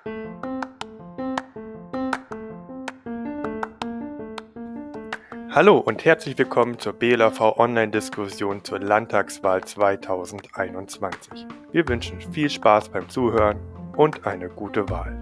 Hallo und herzlich willkommen zur BLAV Online-Diskussion zur Landtagswahl 2021. Wir wünschen viel Spaß beim Zuhören und eine gute Wahl.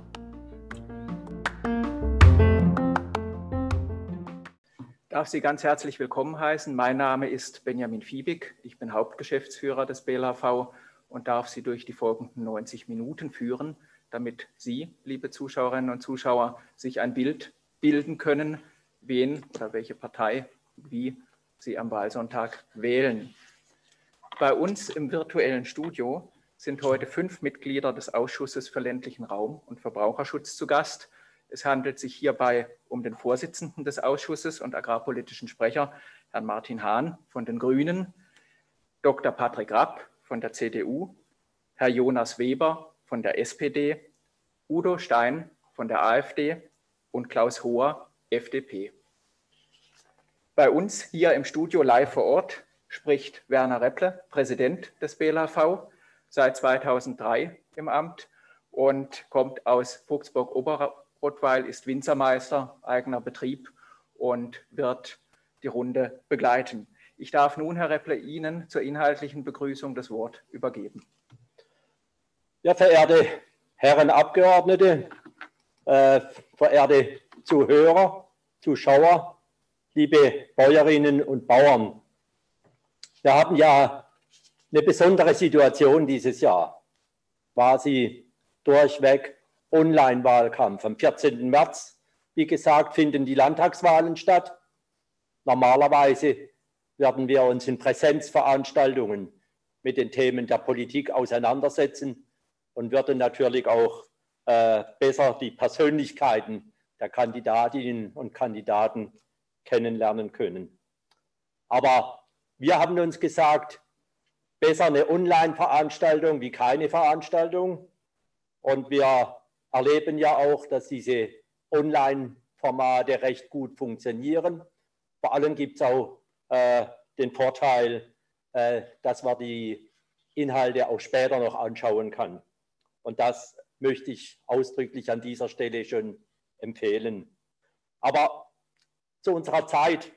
Ich darf Sie ganz herzlich willkommen heißen. Mein Name ist Benjamin Fiebig. Ich bin Hauptgeschäftsführer des BLAV und darf Sie durch die folgenden 90 Minuten führen, damit Sie, liebe Zuschauerinnen und Zuschauer, sich ein Bild bilden können, wen oder welche Partei, wie Sie am Wahlsonntag wählen. Bei uns im virtuellen Studio sind heute 5 Mitglieder des Ausschusses für ländlichen Raum und Verbraucherschutz zu Gast. Es handelt sich hierbei um den Vorsitzenden des Ausschusses und agrarpolitischen Sprecher, Herrn Martin Hahn von den Grünen, Dr. Patrick Rapp von der CDU, Herr Jonas Weber von der SPD, Udo Stein von der AfD und Klaus Hoher, FDP. Bei uns hier im Studio live vor Ort spricht Werner Repple, Präsident des BLAV, seit 2003 im Amt und kommt aus Fuchsburg-Oberrottweil, ist Winzermeister, eigener Betrieb und wird die Runde begleiten. Ich darf nun, Herr Repple, Ihnen zur inhaltlichen Begrüßung das Wort übergeben. Ja, verehrte Herren Abgeordnete, verehrte Zuhörer, Zuschauer, liebe Bäuerinnen und Bauern. Wir haben ja eine besondere Situation dieses Jahr. Quasi durchweg Online-Wahlkampf. Am 14. März, wie gesagt, finden die Landtagswahlen statt. Normalerweise werden wir uns in Präsenzveranstaltungen mit den Themen der Politik auseinandersetzen und würden natürlich auch besser die Persönlichkeiten der Kandidatinnen und Kandidaten kennenlernen können. Aber wir haben uns gesagt, besser eine Online-Veranstaltung wie keine Veranstaltung. Und wir erleben ja auch, dass diese Online-Formate recht gut funktionieren. Vor allem gibt es auch den Vorteil, dass man die Inhalte auch später noch anschauen kann. Und das möchte ich ausdrücklich an dieser Stelle schon empfehlen. Aber zu unserer Zeit.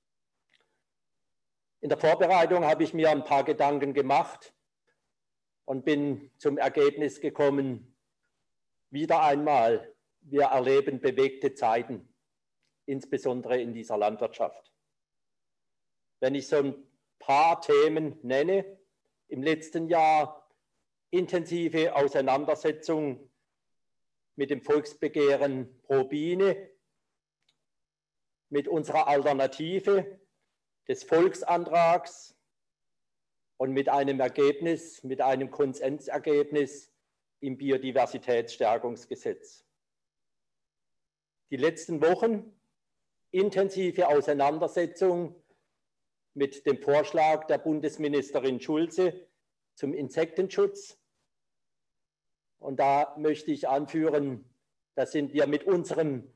In der Vorbereitung habe ich mir ein paar Gedanken gemacht und bin zum Ergebnis gekommen, wieder einmal, wir erleben bewegte Zeiten, insbesondere in dieser Landwirtschaft. Wenn ich so ein paar Themen nenne, im letzten Jahr intensive Auseinandersetzung mit dem Volksbegehren Pro Biene, mit unserer Alternative des Volksantrags und mit einem Ergebnis, mit einem Konsensergebnis im Biodiversitätsstärkungsgesetz. Die letzten Wochen intensive Auseinandersetzung mit dem Vorschlag der Bundesministerin Schulze zum Insektenschutz. Und da möchte ich anführen, da sind wir mit unserem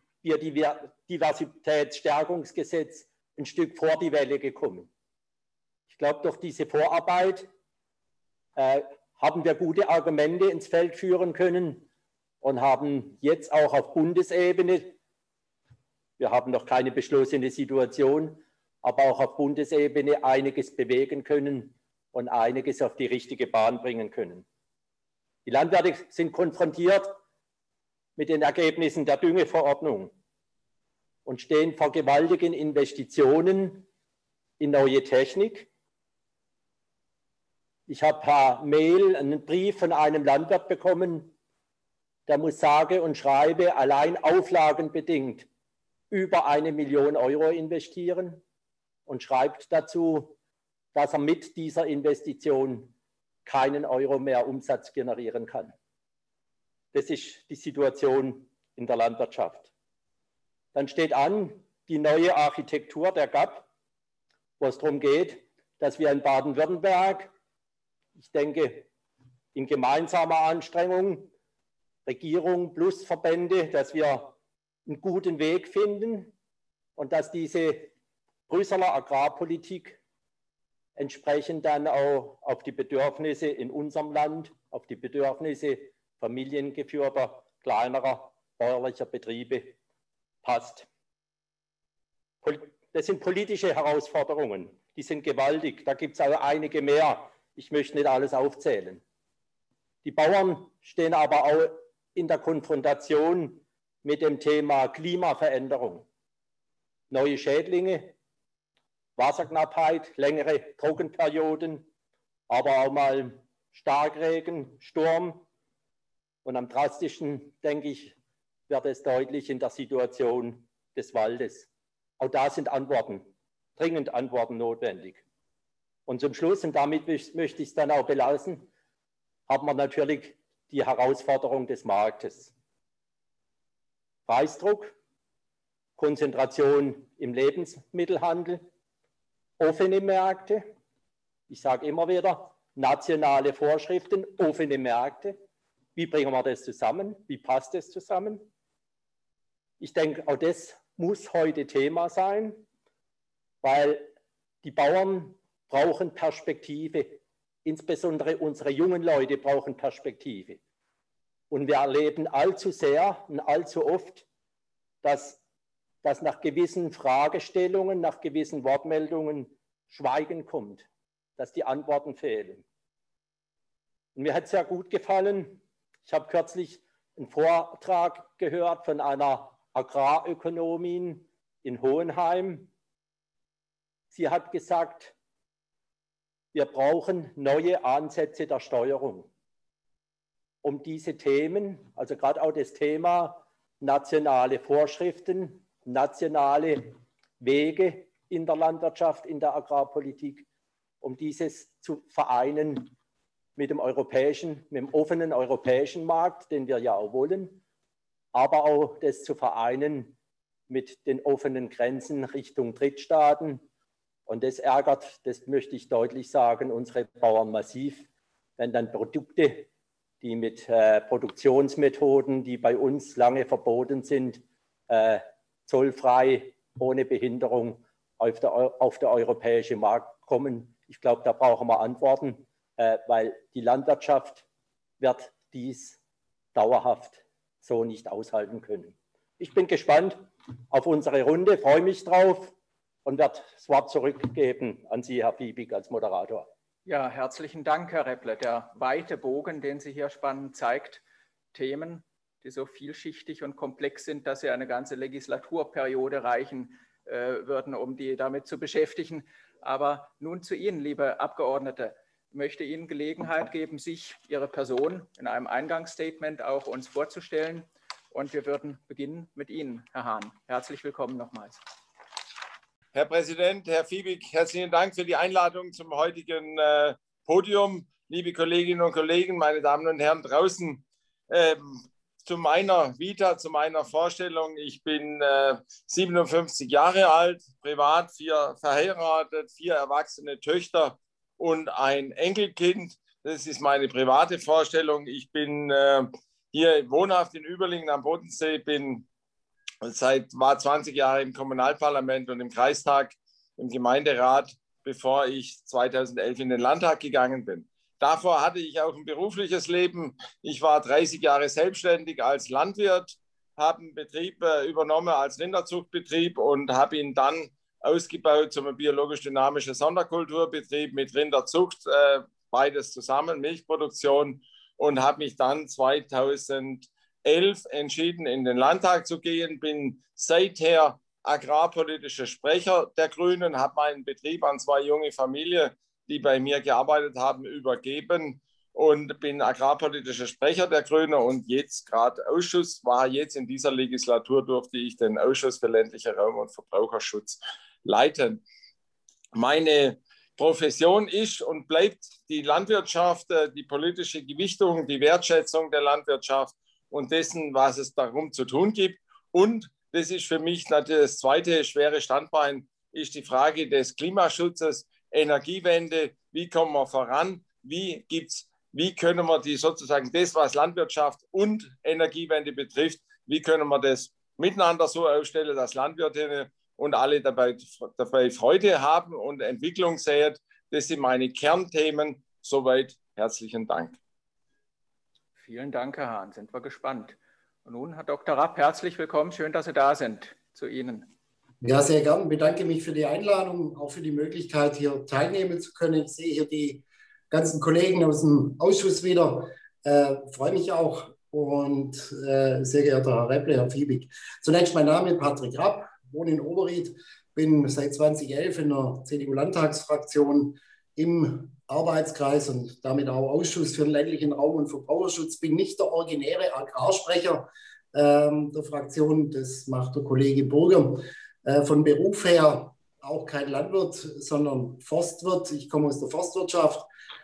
Biodiversitätsstärkungsgesetz ein Stück vor die Welle gekommen. Ich glaube, durch diese Vorarbeit haben wir gute Argumente ins Feld führen können und haben jetzt auch auf Bundesebene, wir haben noch keine beschlossene Situation, aber auch auf Bundesebene einiges bewegen können und einiges auf die richtige Bahn bringen können. Die Landwirte sind konfrontiert mit den Ergebnissen der Düngeverordnung und stehen vor gewaltigen Investitionen in neue Technik. Ich habe per Mail einen Brief von einem Landwirt bekommen, der muss sage und schreibe allein auflagenbedingt über 1 Million Euro investieren und schreibt dazu, dass er mit dieser Investition keinen Euro mehr Umsatz generieren kann. Das ist die Situation in der Landwirtschaft. Dann steht an die neue Architektur der GAP, wo es darum geht, dass wir in Baden-Württemberg, ich denke, in gemeinsamer Anstrengung, Regierung plus Verbände, dass wir einen guten Weg finden und dass diese Brüsseler Agrarpolitik entsprechend dann auch auf die Bedürfnisse in unserem Land, auf die Bedürfnisse familiengeführter, kleinerer, bäuerlicher Betriebe passt. Das sind politische Herausforderungen, die sind gewaltig. Da gibt es auch einige mehr. Ich möchte nicht alles aufzählen. Die Bauern stehen aber auch in der Konfrontation mit dem Thema Klimaveränderung. Neue Schädlinge, Wasserknappheit, längere Trockenperioden, aber auch mal Starkregen, Sturm. Und am drastischsten, denke ich, wird es deutlich in der Situation des Waldes. Auch da sind Antworten, dringend Antworten notwendig. Und zum Schluss, und damit möchte ich es dann auch belassen, haben wir natürlich die Herausforderung des Marktes. Preisdruck, Konzentration im Lebensmittelhandel, offene Märkte, ich sage immer wieder, nationale Vorschriften, offene Märkte. Wie bringen wir das zusammen? Wie passt das zusammen? Ich denke, auch das muss heute Thema sein, weil die Bauern brauchen Perspektive. Insbesondere unsere jungen Leute brauchen Perspektive. Und wir erleben allzu sehr und allzu oft, dass nach gewissen Fragestellungen, nach gewissen Wortmeldungen Schweigen kommt, dass die Antworten fehlen. Und mir hat es sehr gut gefallen. Ich habe kürzlich einen Vortrag gehört von einer Agrarökonomin in Hohenheim. Sie hat gesagt, wir brauchen neue Ansätze der Steuerung, um diese Themen, also gerade auch das Thema nationale Vorschriften, nationale Wege in der Landwirtschaft, in der Agrarpolitik, um dieses zu vereinen mit dem offenen europäischen Markt, den wir ja auch wollen, aber auch das zu vereinen mit den offenen Grenzen Richtung Drittstaaten. Und das ärgert, das möchte ich deutlich sagen, unsere Bauern massiv, wenn dann Produkte, die mit Produktionsmethoden, die bei uns lange verboten sind, zollfrei, ohne Behinderung auf der europäischen Markt kommen. Ich glaube, da brauchen wir Antworten, weil die Landwirtschaft wird dies dauerhaft so nicht aushalten können. Ich bin gespannt auf unsere Runde, freue mich drauf und werde das Wort zurückgeben an Sie, Herr Fiebig, als Moderator. Ja, herzlichen Dank, Herr Repple. Der weite Bogen, den Sie hier spannen, zeigt Themen, die so vielschichtig und komplex sind, dass sie eine ganze Legislaturperiode reichen würden, um die damit zu beschäftigen. Aber nun zu Ihnen, liebe Abgeordnete. Ich möchte Ihnen Gelegenheit geben, sich, Ihre Person in einem Eingangsstatement auch uns vorzustellen. Und wir würden beginnen mit Ihnen, Herr Hahn. Herzlich willkommen nochmals. Herr Präsident, Herr Fiebig, herzlichen Dank für die Einladung zum heutigen Podium. Liebe Kolleginnen und Kollegen, meine Damen und Herren draußen, zu meiner Vita, zu meiner Vorstellung. Ich bin 57 Jahre alt, privat 4 verheiratet, 4 erwachsene Töchter und ein Enkelkind. Das ist meine private Vorstellung. Ich bin hier wohnhaft in Überlingen am Bodensee, war 20 Jahre im Kommunalparlament und im Kreistag, im Gemeinderat, bevor ich 2011 in den Landtag gegangen bin. Davor hatte ich auch ein berufliches Leben. Ich war 30 Jahre selbstständig als Landwirt, habe einen Betrieb übernommen als Rinderzuchtbetrieb und habe ihn dann ausgebaut zum biologisch-dynamischen Sonderkulturbetrieb mit Rinderzucht, beides zusammen, Milchproduktion, und habe mich dann 2011 entschieden, in den Landtag zu gehen, bin seither agrarpolitischer Sprecher der Grünen, habe meinen Betrieb an 2 junge Familien, die bei mir gearbeitet haben, übergeben und bin agrarpolitischer Sprecher der Grünen und jetzt gerade jetzt in dieser Legislatur durfte ich den Ausschuss für ländlichen Raum und Verbraucherschutz leiten. Meine Profession ist und bleibt die Landwirtschaft, die politische Gewichtung, die Wertschätzung der Landwirtschaft und dessen, was es darum zu tun gibt. Und das ist für mich natürlich das zweite schwere Standbein, ist die Frage des Klimaschutzes, Energiewende, wie kommen wir voran, wie können wir die sozusagen das, was Landwirtschaft und Energiewende betrifft, wie können wir das miteinander so aufstellen, dass Landwirtinnen und alle dabei Freude haben und Entwicklung sehen. Das sind meine Kernthemen. Soweit herzlichen Dank. Vielen Dank, Herr Hahn. Sind wir gespannt. Und nun, Herr Dr. Rapp, herzlich willkommen. Schön, dass Sie da sind. Zu Ihnen. Ja, sehr gern. Ich bedanke mich für die Einladung, auch für die Möglichkeit, hier teilnehmen zu können. Ich sehe hier die ganzen Kollegen aus dem Ausschuss wieder. Freue mich auch. Und sehr geehrter Herr Repple, Herr Fiebig. Zunächst mein Name ist Patrick Rapp, wohne in Oberried, bin seit 2011 in der CDU-Landtagsfraktion im Arbeitskreis und damit auch Ausschuss für den ländlichen Raum und Verbraucherschutz. Bin nicht der originäre Agrarsprecher der Fraktion, das macht der Kollege Burger. Von Beruf her auch kein Landwirt, sondern Forstwirt. Ich komme aus der Forstwirtschaft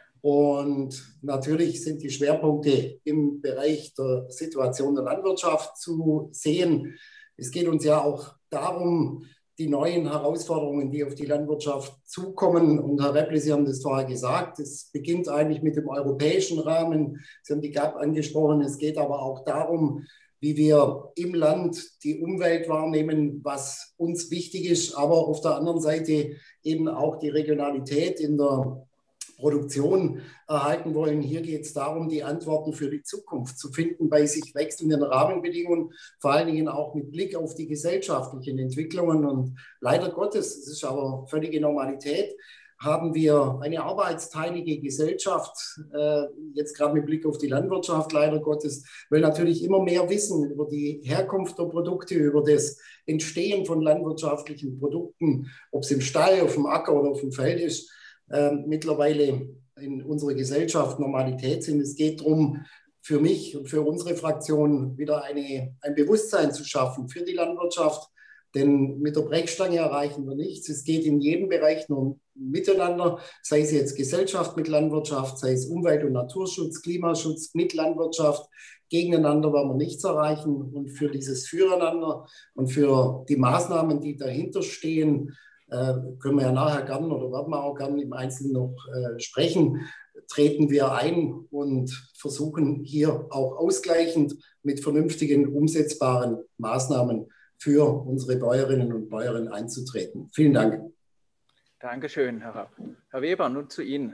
und natürlich sind die Schwerpunkte im Bereich der Situation der Landwirtschaft zu sehen. Es geht uns ja auch darum, die neuen Herausforderungen, die auf die Landwirtschaft zukommen. Und Herr Repple, Sie haben das vorher gesagt, es beginnt eigentlich mit dem europäischen Rahmen. Sie haben die GAP angesprochen. Es geht aber auch darum, wie wir im Land die Umwelt wahrnehmen, was uns wichtig ist, aber auf der anderen Seite eben auch die Regionalität in der Produktion erhalten wollen. Hier geht es darum, die Antworten für die Zukunft zu finden bei sich wechselnden Rahmenbedingungen, vor allen Dingen auch mit Blick auf die gesellschaftlichen Entwicklungen. Und leider Gottes, es ist aber völlige Normalität, haben wir eine arbeitsteilige Gesellschaft, jetzt gerade mit Blick auf die Landwirtschaft, leider Gottes, weil natürlich immer mehr Wissen über die Herkunft der Produkte, über das Entstehen von landwirtschaftlichen Produkten, ob es im Stall, auf dem Acker oder auf dem Feld ist, mittlerweile in unserer Gesellschaft Normalität sind. Es geht darum, für mich und für unsere Fraktion wieder ein Bewusstsein zu schaffen für die Landwirtschaft, denn mit der Brechstange erreichen wir nichts. Es geht in jedem Bereich nur miteinander, sei es jetzt Gesellschaft mit Landwirtschaft, sei es Umwelt- und Naturschutz, Klimaschutz mit Landwirtschaft. Gegeneinander werden wir nichts erreichen. Und für dieses Füreinander und für die Maßnahmen, die dahinter stehen, können wir ja nachher gern oder werden wir auch gern im Einzelnen noch sprechen, treten wir ein und versuchen hier auch ausgleichend mit vernünftigen, umsetzbaren Maßnahmen für unsere Bäuerinnen und Bauern einzutreten. Vielen Dank. Dankeschön, Herr Rapp. Herr Weber, nun zu Ihnen.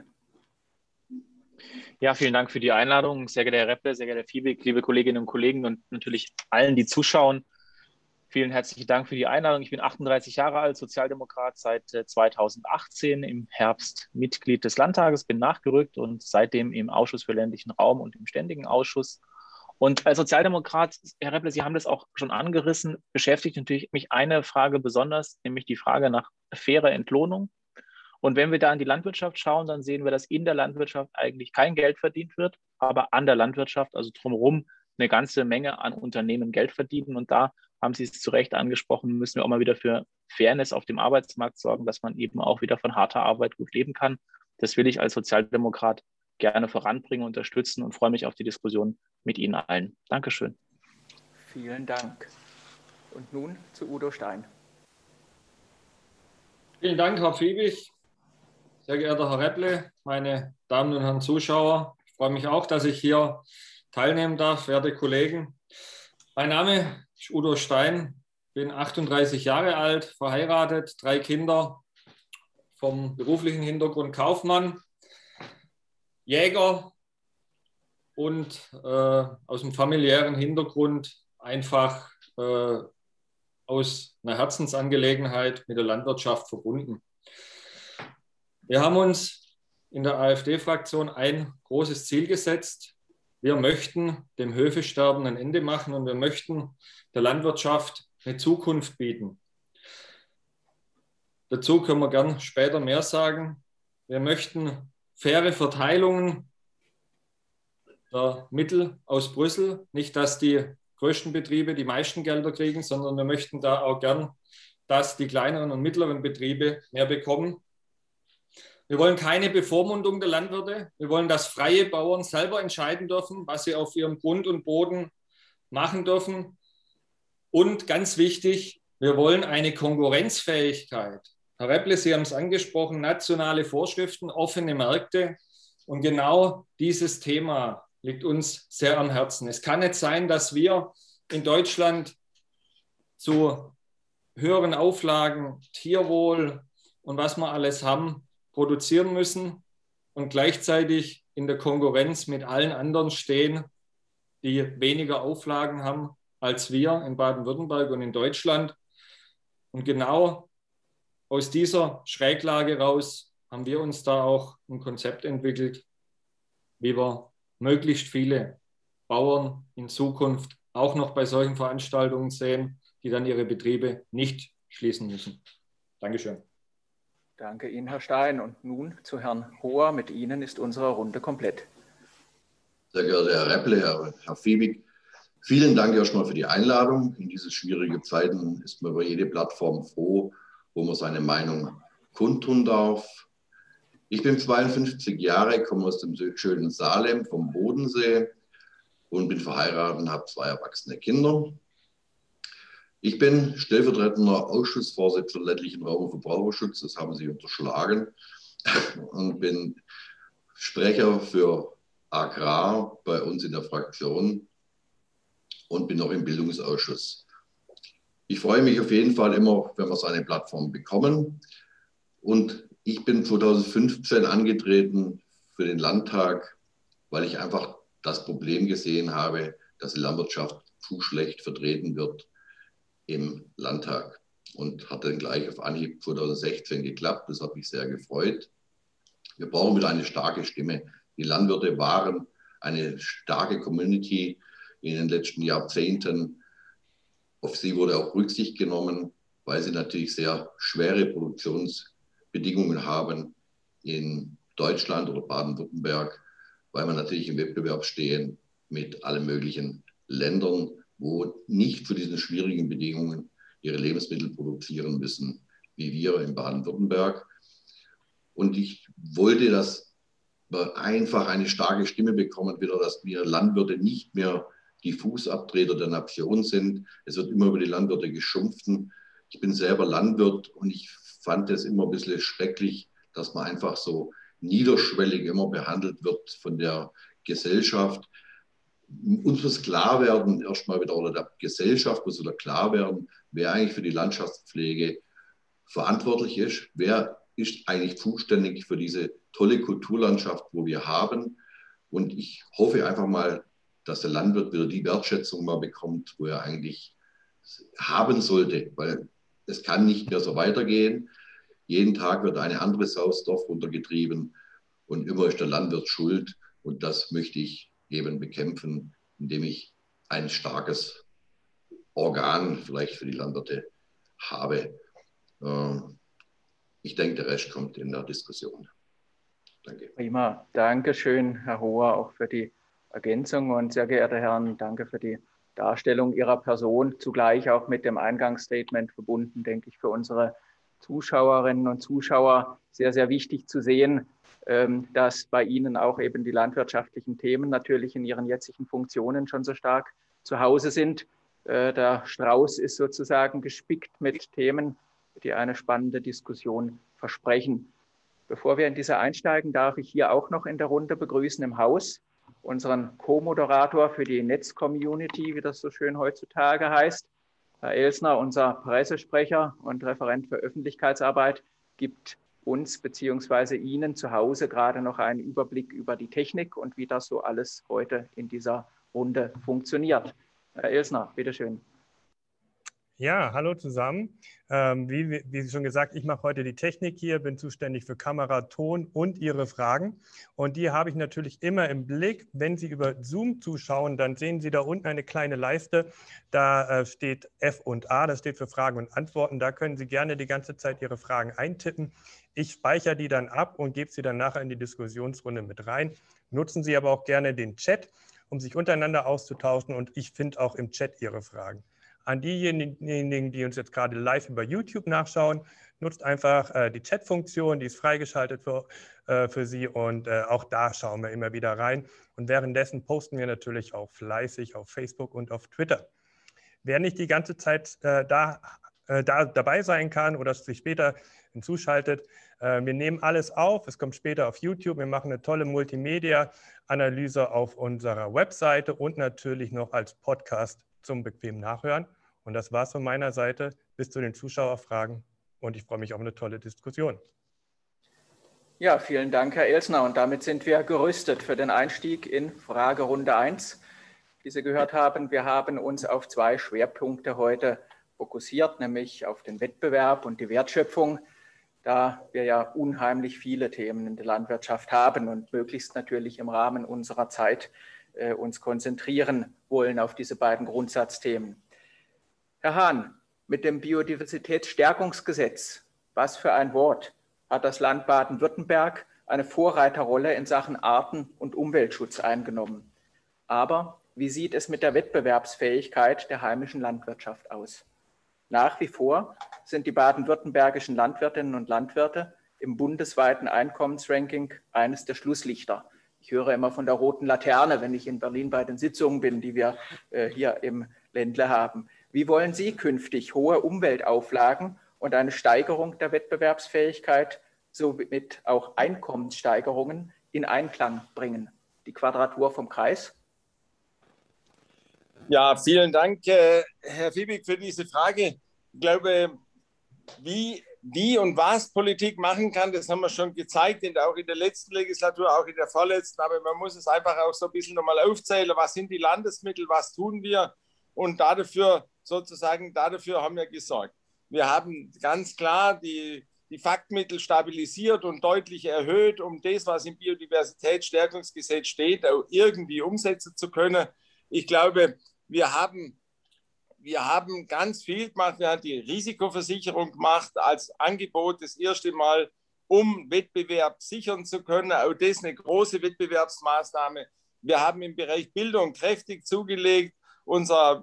Ja, vielen Dank für die Einladung. Sehr geehrter Herr Repple, sehr geehrter Herr Fiebig, liebe Kolleginnen und Kollegen und natürlich allen, die zuschauen. Vielen herzlichen Dank für die Einladung. Ich bin 38 Jahre alt, Sozialdemokrat, seit 2018 im Herbst Mitglied des Landtages, bin nachgerückt und seitdem im Ausschuss für ländlichen Raum und im Ständigen Ausschuss. Und als Sozialdemokrat, Herr Repple, Sie haben das auch schon angerissen, beschäftigt natürlich mich eine Frage besonders, nämlich die Frage nach fairer Entlohnung. Und wenn wir da in die Landwirtschaft schauen, dann sehen wir, dass in der Landwirtschaft eigentlich kein Geld verdient wird, aber an der Landwirtschaft, also drumherum, eine ganze Menge an Unternehmen Geld verdienen. Und da haben Sie es zu Recht angesprochen, müssen wir auch mal wieder für Fairness auf dem Arbeitsmarkt sorgen, dass man eben auch wieder von harter Arbeit gut leben kann. Das will ich als Sozialdemokrat gerne voranbringen, unterstützen und freue mich auf die Diskussion mit Ihnen allen. Dankeschön. Vielen Dank. Und nun zu Udo Stein. Vielen Dank, Herr Fiebig. Sehr geehrter Herr Repple, meine Damen und Herren Zuschauer, ich freue mich auch, dass ich hier teilnehmen darf, werte Kollegen. Mein Name ist Udo Stein, bin 38 Jahre alt, verheiratet, 3 Kinder, vom beruflichen Hintergrund Kaufmann, Jäger und aus dem familiären Hintergrund einfach aus einer Herzensangelegenheit mit der Landwirtschaft verbunden. Wir haben uns in der AfD-Fraktion ein großes Ziel gesetzt. Wir möchten dem Höfesterben ein Ende machen und wir möchten der Landwirtschaft eine Zukunft bieten. Dazu können wir gern später mehr sagen. Wir möchten faire Verteilungen der Mittel aus Brüssel. Nicht, dass die größten Betriebe die meisten Gelder kriegen, sondern wir möchten da auch gern, dass die kleineren und mittleren Betriebe mehr bekommen. Wir wollen keine Bevormundung der Landwirte. Wir wollen, dass freie Bauern selber entscheiden dürfen, was sie auf ihrem Grund und Boden machen dürfen. Und ganz wichtig, wir wollen eine Konkurrenzfähigkeit. Herr Repple, Sie haben es angesprochen, nationale Vorschriften, offene Märkte. Und genau dieses Thema liegt uns sehr am Herzen. Es kann nicht sein, dass wir in Deutschland zu höheren Auflagen, Tierwohl und was wir alles haben, produzieren müssen und gleichzeitig in der Konkurrenz mit allen anderen stehen, die weniger Auflagen haben als wir in Baden-Württemberg und in Deutschland. Und genau aus dieser Schräglage raus haben wir uns da auch ein Konzept entwickelt, wie wir möglichst viele Bauern in Zukunft auch noch bei solchen Veranstaltungen sehen, die dann ihre Betriebe nicht schließen müssen. Dankeschön. Danke Ihnen, Herr Stein. Und nun zu Herrn Hoher. Mit Ihnen ist unsere Runde komplett. Sehr geehrter Herr Repple, Herr Fiebig, vielen Dank erstmal für die Einladung. In diese schwierigen Zeiten ist man über jede Plattform froh, wo man seine Meinung kundtun darf. Ich bin 52 Jahre, komme aus dem schönen Salem vom Bodensee und bin verheiratet und habe 2 erwachsene Kinder. Ich bin stellvertretender Ausschussvorsitzender ländlichen Raum- und Verbraucherschutz, das haben Sie unterschlagen, und bin Sprecher für Agrar bei uns in der Fraktion und bin noch im Bildungsausschuss. Ich freue mich auf jeden Fall immer, wenn wir so eine Plattform bekommen. Und ich bin 2015 angetreten für den Landtag, weil ich einfach das Problem gesehen habe, dass die Landwirtschaft zu schlecht vertreten wird im Landtag. Und hat dann gleich auf Anhieb 2016 geklappt. Das hat mich sehr gefreut. Wir brauchen wieder eine starke Stimme. Die Landwirte waren eine starke Community in den letzten Jahrzehnten. Auf sie wurde auch Rücksicht genommen, weil sie natürlich sehr schwere Produktionsbedingungen haben in Deutschland oder Baden-Württemberg, weil wir natürlich im Wettbewerb stehen mit allen möglichen Ländern, wo nicht zu diesen schwierigen Bedingungen ihre Lebensmittel produzieren müssen, wie wir in Baden-Württemberg. Und ich wollte, dass wir einfach eine starke Stimme bekommen, wieder, dass wir Landwirte nicht mehr die Fußabtreter der Nation sind. Es wird immer über die Landwirte geschumpfen. Ich bin selber Landwirt und ich fand es immer ein bisschen schrecklich, dass man einfach so niederschwellig immer behandelt wird von der Gesellschaft. Uns muss klar werden, erstmal wieder, oder der Gesellschaft muss wieder klar werden, wer eigentlich für die Landschaftspflege verantwortlich ist, wer ist eigentlich zuständig für diese tolle Kulturlandschaft, wo wir haben. Und ich hoffe einfach mal, dass der Landwirt wieder die Wertschätzung mal bekommt, wo er eigentlich haben sollte, weil es kann nicht mehr so weitergehen. Jeden Tag wird eine andere Sau aufs Dorf runtergetrieben und immer ist der Landwirt schuld. Und das möchte ich eben bekämpfen, indem ich ein starkes Organ vielleicht für die Landwirte habe. Ich denke, der Rest kommt in der Diskussion. Danke. Prima. Dankeschön, Herr Hoher, auch für die Ergänzung. Und sehr geehrte Herren, danke für die Darstellung Ihrer Person. Zugleich auch mit dem Eingangsstatement verbunden, denke ich, für unsere Zuschauerinnen und Zuschauer sehr, sehr wichtig zu sehen, dass bei Ihnen auch eben die landwirtschaftlichen Themen natürlich in Ihren jetzigen Funktionen schon so stark zu Hause sind. Der Strauß ist sozusagen gespickt mit Themen, die eine spannende Diskussion versprechen. Bevor wir in diese einsteigen, darf ich hier auch noch in der Runde begrüßen im Haus unseren Co-Moderator für die Netz-Community, wie das so schön heutzutage heißt. Herr Elsner, unser Pressesprecher und Referent für Öffentlichkeitsarbeit, gibt uns bzw. Ihnen zu Hause gerade noch einen Überblick über die Technik und wie das so alles heute in dieser Runde funktioniert. Herr Elsner, bitteschön. Ja, hallo zusammen. Wie schon gesagt, ich mache heute die Technik hier, bin zuständig für Kamera, Ton und Ihre Fragen. Und die habe ich natürlich immer im Blick. Wenn Sie über Zoom zuschauen, dann sehen Sie da unten eine kleine Leiste. Da steht F&A, das steht für Fragen und Antworten. Da können Sie gerne die ganze Zeit Ihre Fragen eintippen. Ich speichere die dann ab und gebe sie dann nachher in die Diskussionsrunde mit rein. Nutzen Sie aber auch gerne den Chat, um sich untereinander auszutauschen. Und ich finde auch im Chat Ihre Fragen. An diejenigen, die uns jetzt gerade live über YouTube nachschauen, nutzt einfach die Chat-Funktion, die ist freigeschaltet für Sie und auch da schauen wir immer wieder rein. Und währenddessen posten wir natürlich auch fleißig auf Facebook und auf Twitter. Wer nicht die ganze Zeit dabei sein kann oder sich später hinzuschaltet, wir nehmen alles auf, es kommt später auf YouTube, wir machen eine tolle Multimedia-Analyse auf unserer Webseite und natürlich noch als Podcast zum bequemen Nachhören. Und das war's von meiner Seite. Bis zu den Zuschauerfragen. Und ich freue mich auf eine tolle Diskussion. Ja, vielen Dank, Herr Elsner. Und damit sind wir gerüstet für den Einstieg in Fragerunde 1. wie Sie gehört haben. Wir haben uns auf 2 Schwerpunkte heute fokussiert, nämlich auf den Wettbewerb und die Wertschöpfung, da wir ja unheimlich viele Themen in der Landwirtschaft haben und möglichst natürlich im Rahmen unserer Zeit uns konzentrieren wollen auf diese beiden Grundsatzthemen. Herr Hahn, mit dem Biodiversitätsstärkungsgesetz, was für ein Wort, hat das Land Baden-Württemberg eine Vorreiterrolle in Sachen Arten- und Umweltschutz eingenommen. Aber wie sieht es mit der Wettbewerbsfähigkeit der heimischen Landwirtschaft aus? Nach wie vor sind die baden-württembergischen Landwirtinnen und Landwirte im bundesweiten Einkommensranking eines der Schlusslichter. Ich höre immer von der roten Laterne, wenn ich in Berlin bei den Sitzungen bin, die wir hier im Ländle haben. Wie wollen Sie künftig hohe Umweltauflagen und eine Steigerung der Wettbewerbsfähigkeit sowie auch Einkommenssteigerungen in Einklang bringen? Die Quadratur vom Kreis? Ja, vielen Dank, Herr Fiebig, für diese Frage. Ich glaube, wie und was Politik machen kann, das haben wir schon gezeigt, auch in der letzten Legislatur, auch in der vorletzten. Aber man muss es einfach auch so ein bisschen nochmal aufzählen. Was sind die Landesmittel? Was tun wir? Und dafür haben wir gesorgt. Wir haben ganz klar die Faktmittel stabilisiert und deutlich erhöht, um das, was im Biodiversitätsstärkungsgesetz steht, auch irgendwie umsetzen zu können. Ich glaube, wir haben ganz viel gemacht. Wir haben die Risikoversicherung gemacht als Angebot das erste Mal, um Wettbewerb sichern zu können. Auch das ist eine große Wettbewerbsmaßnahme. Wir haben im Bereich Bildung kräftig zugelegt. Unser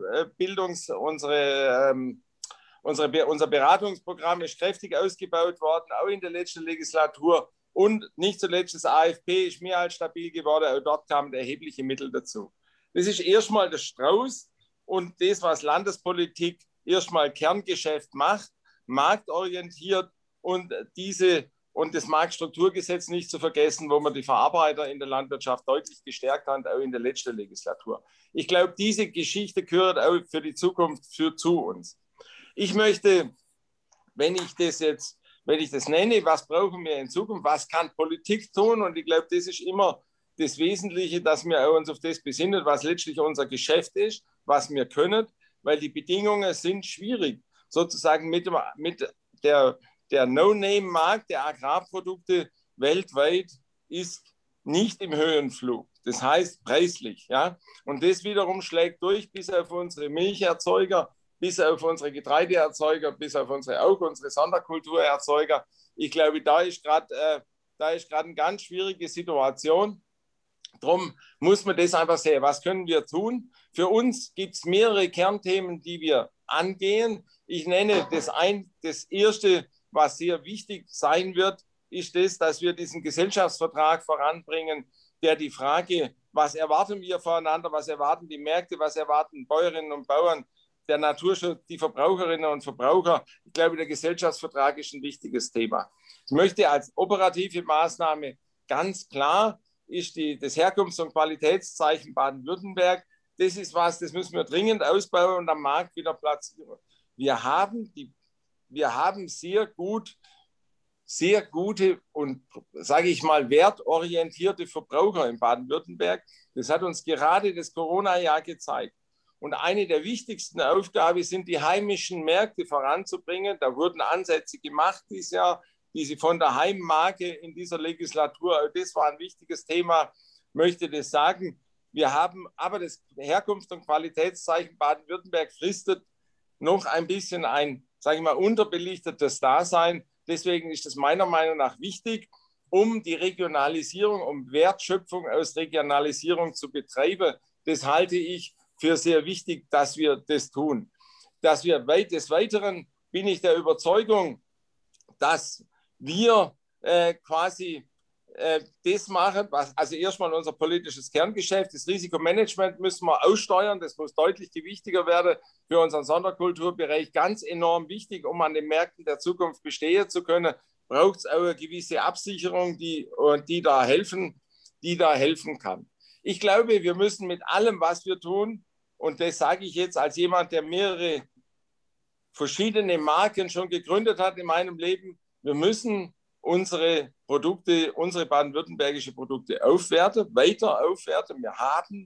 Beratungsprogramm ist kräftig ausgebaut worden, auch in der letzten Legislatur. Und nicht zuletzt das AFP ist mehr als stabil geworden. Auch dort kamen erhebliche Mittel dazu. Das ist erstmal der Strauß und das, was Landespolitik erstmal Kerngeschäft macht, marktorientiert und das Marktstrukturgesetz nicht zu vergessen, wo man die Verarbeiter in der Landwirtschaft deutlich gestärkt hat, auch in der letzten Legislatur. Ich glaube, diese Geschichte gehört auch für die Zukunft zu uns. Ich möchte, wenn ich das nenne, was brauchen wir in Zukunft, was kann Politik tun? Und ich glaube, das ist immer das Wesentliche, dass wir uns auf das besinnen, was letztlich unser Geschäft ist, was wir können, weil die Bedingungen sind schwierig. Sozusagen mit der No-Name-Markt der Agrarprodukte weltweit ist nicht im Höhenflug. Das heißt preislich. Ja? Und das wiederum schlägt durch bis auf unsere Milcherzeuger, bis auf unsere Getreideerzeuger, bis auf unsere Sonderkulturerzeuger. Ich glaube, da ist gerade eine ganz schwierige Situation. Darum muss man das einfach sehen. Was können wir tun? Für uns gibt es mehrere Kernthemen, die wir angehen. Ich nenne das erste, was sehr wichtig sein wird, ist das, dass wir diesen Gesellschaftsvertrag voranbringen, der die Frage, was erwarten wir voneinander, was erwarten die Märkte, was erwarten Bäuerinnen und Bauern, der Naturschutz, die Verbraucherinnen und Verbraucher. Ich glaube, der Gesellschaftsvertrag ist ein wichtiges Thema. Ich möchte als operative Maßnahme ganz klar, ist das Herkunfts- und Qualitätszeichen Baden-Württemberg. Das ist was, das müssen wir dringend ausbauen und am Markt wieder platzieren. Wir haben sehr gute und, sage ich mal, wertorientierte Verbraucher in Baden-Württemberg. Das hat uns gerade das Corona-Jahr gezeigt. Und eine der wichtigsten Aufgaben sind, die heimischen Märkte voranzubringen. Da wurden Ansätze gemacht dieses Jahr, diese von der Heimmarke in dieser Legislatur. Das war ein wichtiges Thema, möchte das sagen. Wir haben aber das Herkunfts- und Qualitätszeichen Baden-Württemberg fristet noch ein bisschen ein, sage ich mal, unterbelichtetes Dasein. Deswegen ist es meiner Meinung nach wichtig, um die Regionalisierung, um Wertschöpfung aus Regionalisierung zu betreiben. Das halte ich für sehr wichtig, dass wir das tun. Des Weiteren bin ich der Überzeugung, dass wir das machen, also erstmal unser politisches Kerngeschäft, das Risikomanagement müssen wir aussteuern, das muss deutlich wichtiger werden für unseren Sonderkulturbereich, ganz enorm wichtig, um an den Märkten der Zukunft bestehen zu können, braucht es auch eine gewisse Absicherung, die da helfen kann. Ich glaube, wir müssen mit allem, was wir tun, und das sage ich jetzt als jemand, der mehrere verschiedene Marken schon gegründet hat in meinem Leben, wir müssen unsere Produkte, unsere baden-württembergische Produkte weiter aufwerten. Wir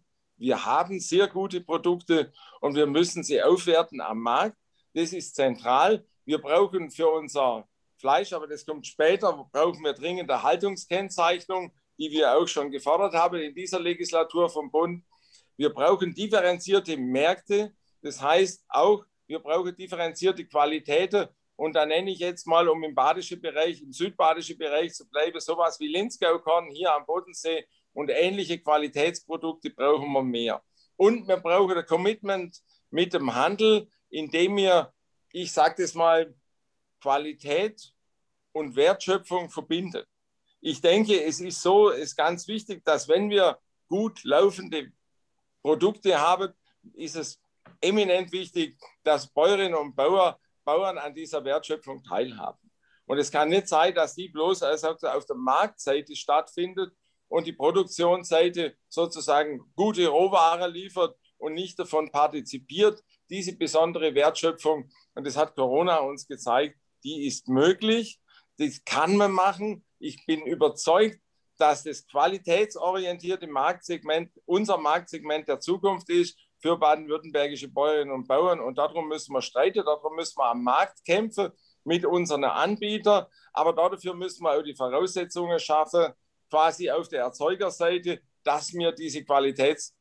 Wir haben sehr gute Produkte und wir müssen sie aufwerten am Markt. Das ist zentral. Wir brauchen für unser Fleisch, aber das kommt später, brauchen wir dringend eine Haltungskennzeichnung, die wir auch schon gefordert haben in dieser Legislatur vom Bund. Wir brauchen differenzierte Märkte. Das heißt auch, wir brauchen differenzierte Qualitäten. Und da nenne ich jetzt mal, um im badischen Bereich, im südbadischen Bereich zu bleiben, sowas wie Linzgaukorn hier am Bodensee und ähnliche Qualitätsprodukte brauchen wir mehr. Und wir brauchen ein Commitment mit dem Handel, indem wir, ich sage das mal, Qualität und Wertschöpfung verbinden. Ich denke, es ist so, es ist ganz wichtig, dass wenn wir gut laufende Produkte haben, ist es eminent wichtig, dass Bäuerinnen und Bauern an dieser Wertschöpfung teilhaben. Und es kann nicht sein, dass die bloß auf der Marktseite stattfindet und die Produktionsseite sozusagen gute Rohware liefert und nicht davon partizipiert. Diese besondere Wertschöpfung, und das hat Corona uns gezeigt, die ist möglich, das kann man machen. Ich bin überzeugt, dass das qualitätsorientierte Marktsegment unser Marktsegment der Zukunft ist für baden-württembergische Bäuerinnen und Bauern. Und darum müssen wir streiten, darum müssen wir am Markt kämpfen mit unseren Anbietern. Aber dafür müssen wir auch die Voraussetzungen schaffen, quasi auf der Erzeugerseite, dass wir die Qualitäts-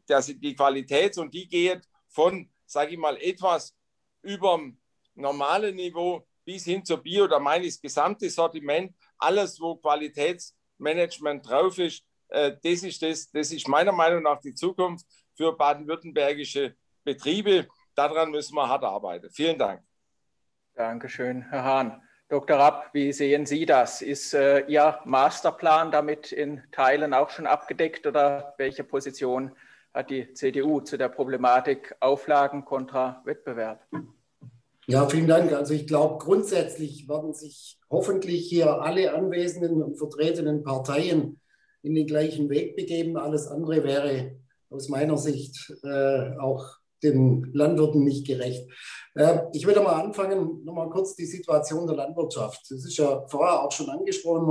und die geht von, sage ich mal, etwas über dem normalen Niveau bis hin zur Bio. Da meine ich das gesamte Sortiment, alles, wo Qualitätsmanagement drauf ist, das ist meiner Meinung nach die Zukunft für baden-württembergische Betriebe. Daran müssen wir hart arbeiten. Vielen Dank. Dankeschön, Herr Hahn. Dr. Rapp, wie sehen Sie das? Ist Ihr Masterplan damit in Teilen auch schon abgedeckt oder welche Position hat die CDU zu der Problematik Auflagen kontra Wettbewerb? Ja, vielen Dank. Also ich glaube, grundsätzlich werden sich hoffentlich hier alle anwesenden und vertretenen Parteien in den gleichen Weg begeben. Alles andere wäre aus meiner Sicht auch den Landwirten nicht gerecht. Ich würde mal anfangen, nochmal kurz die Situation der Landwirtschaft. Das ist ja vorher auch schon angesprochen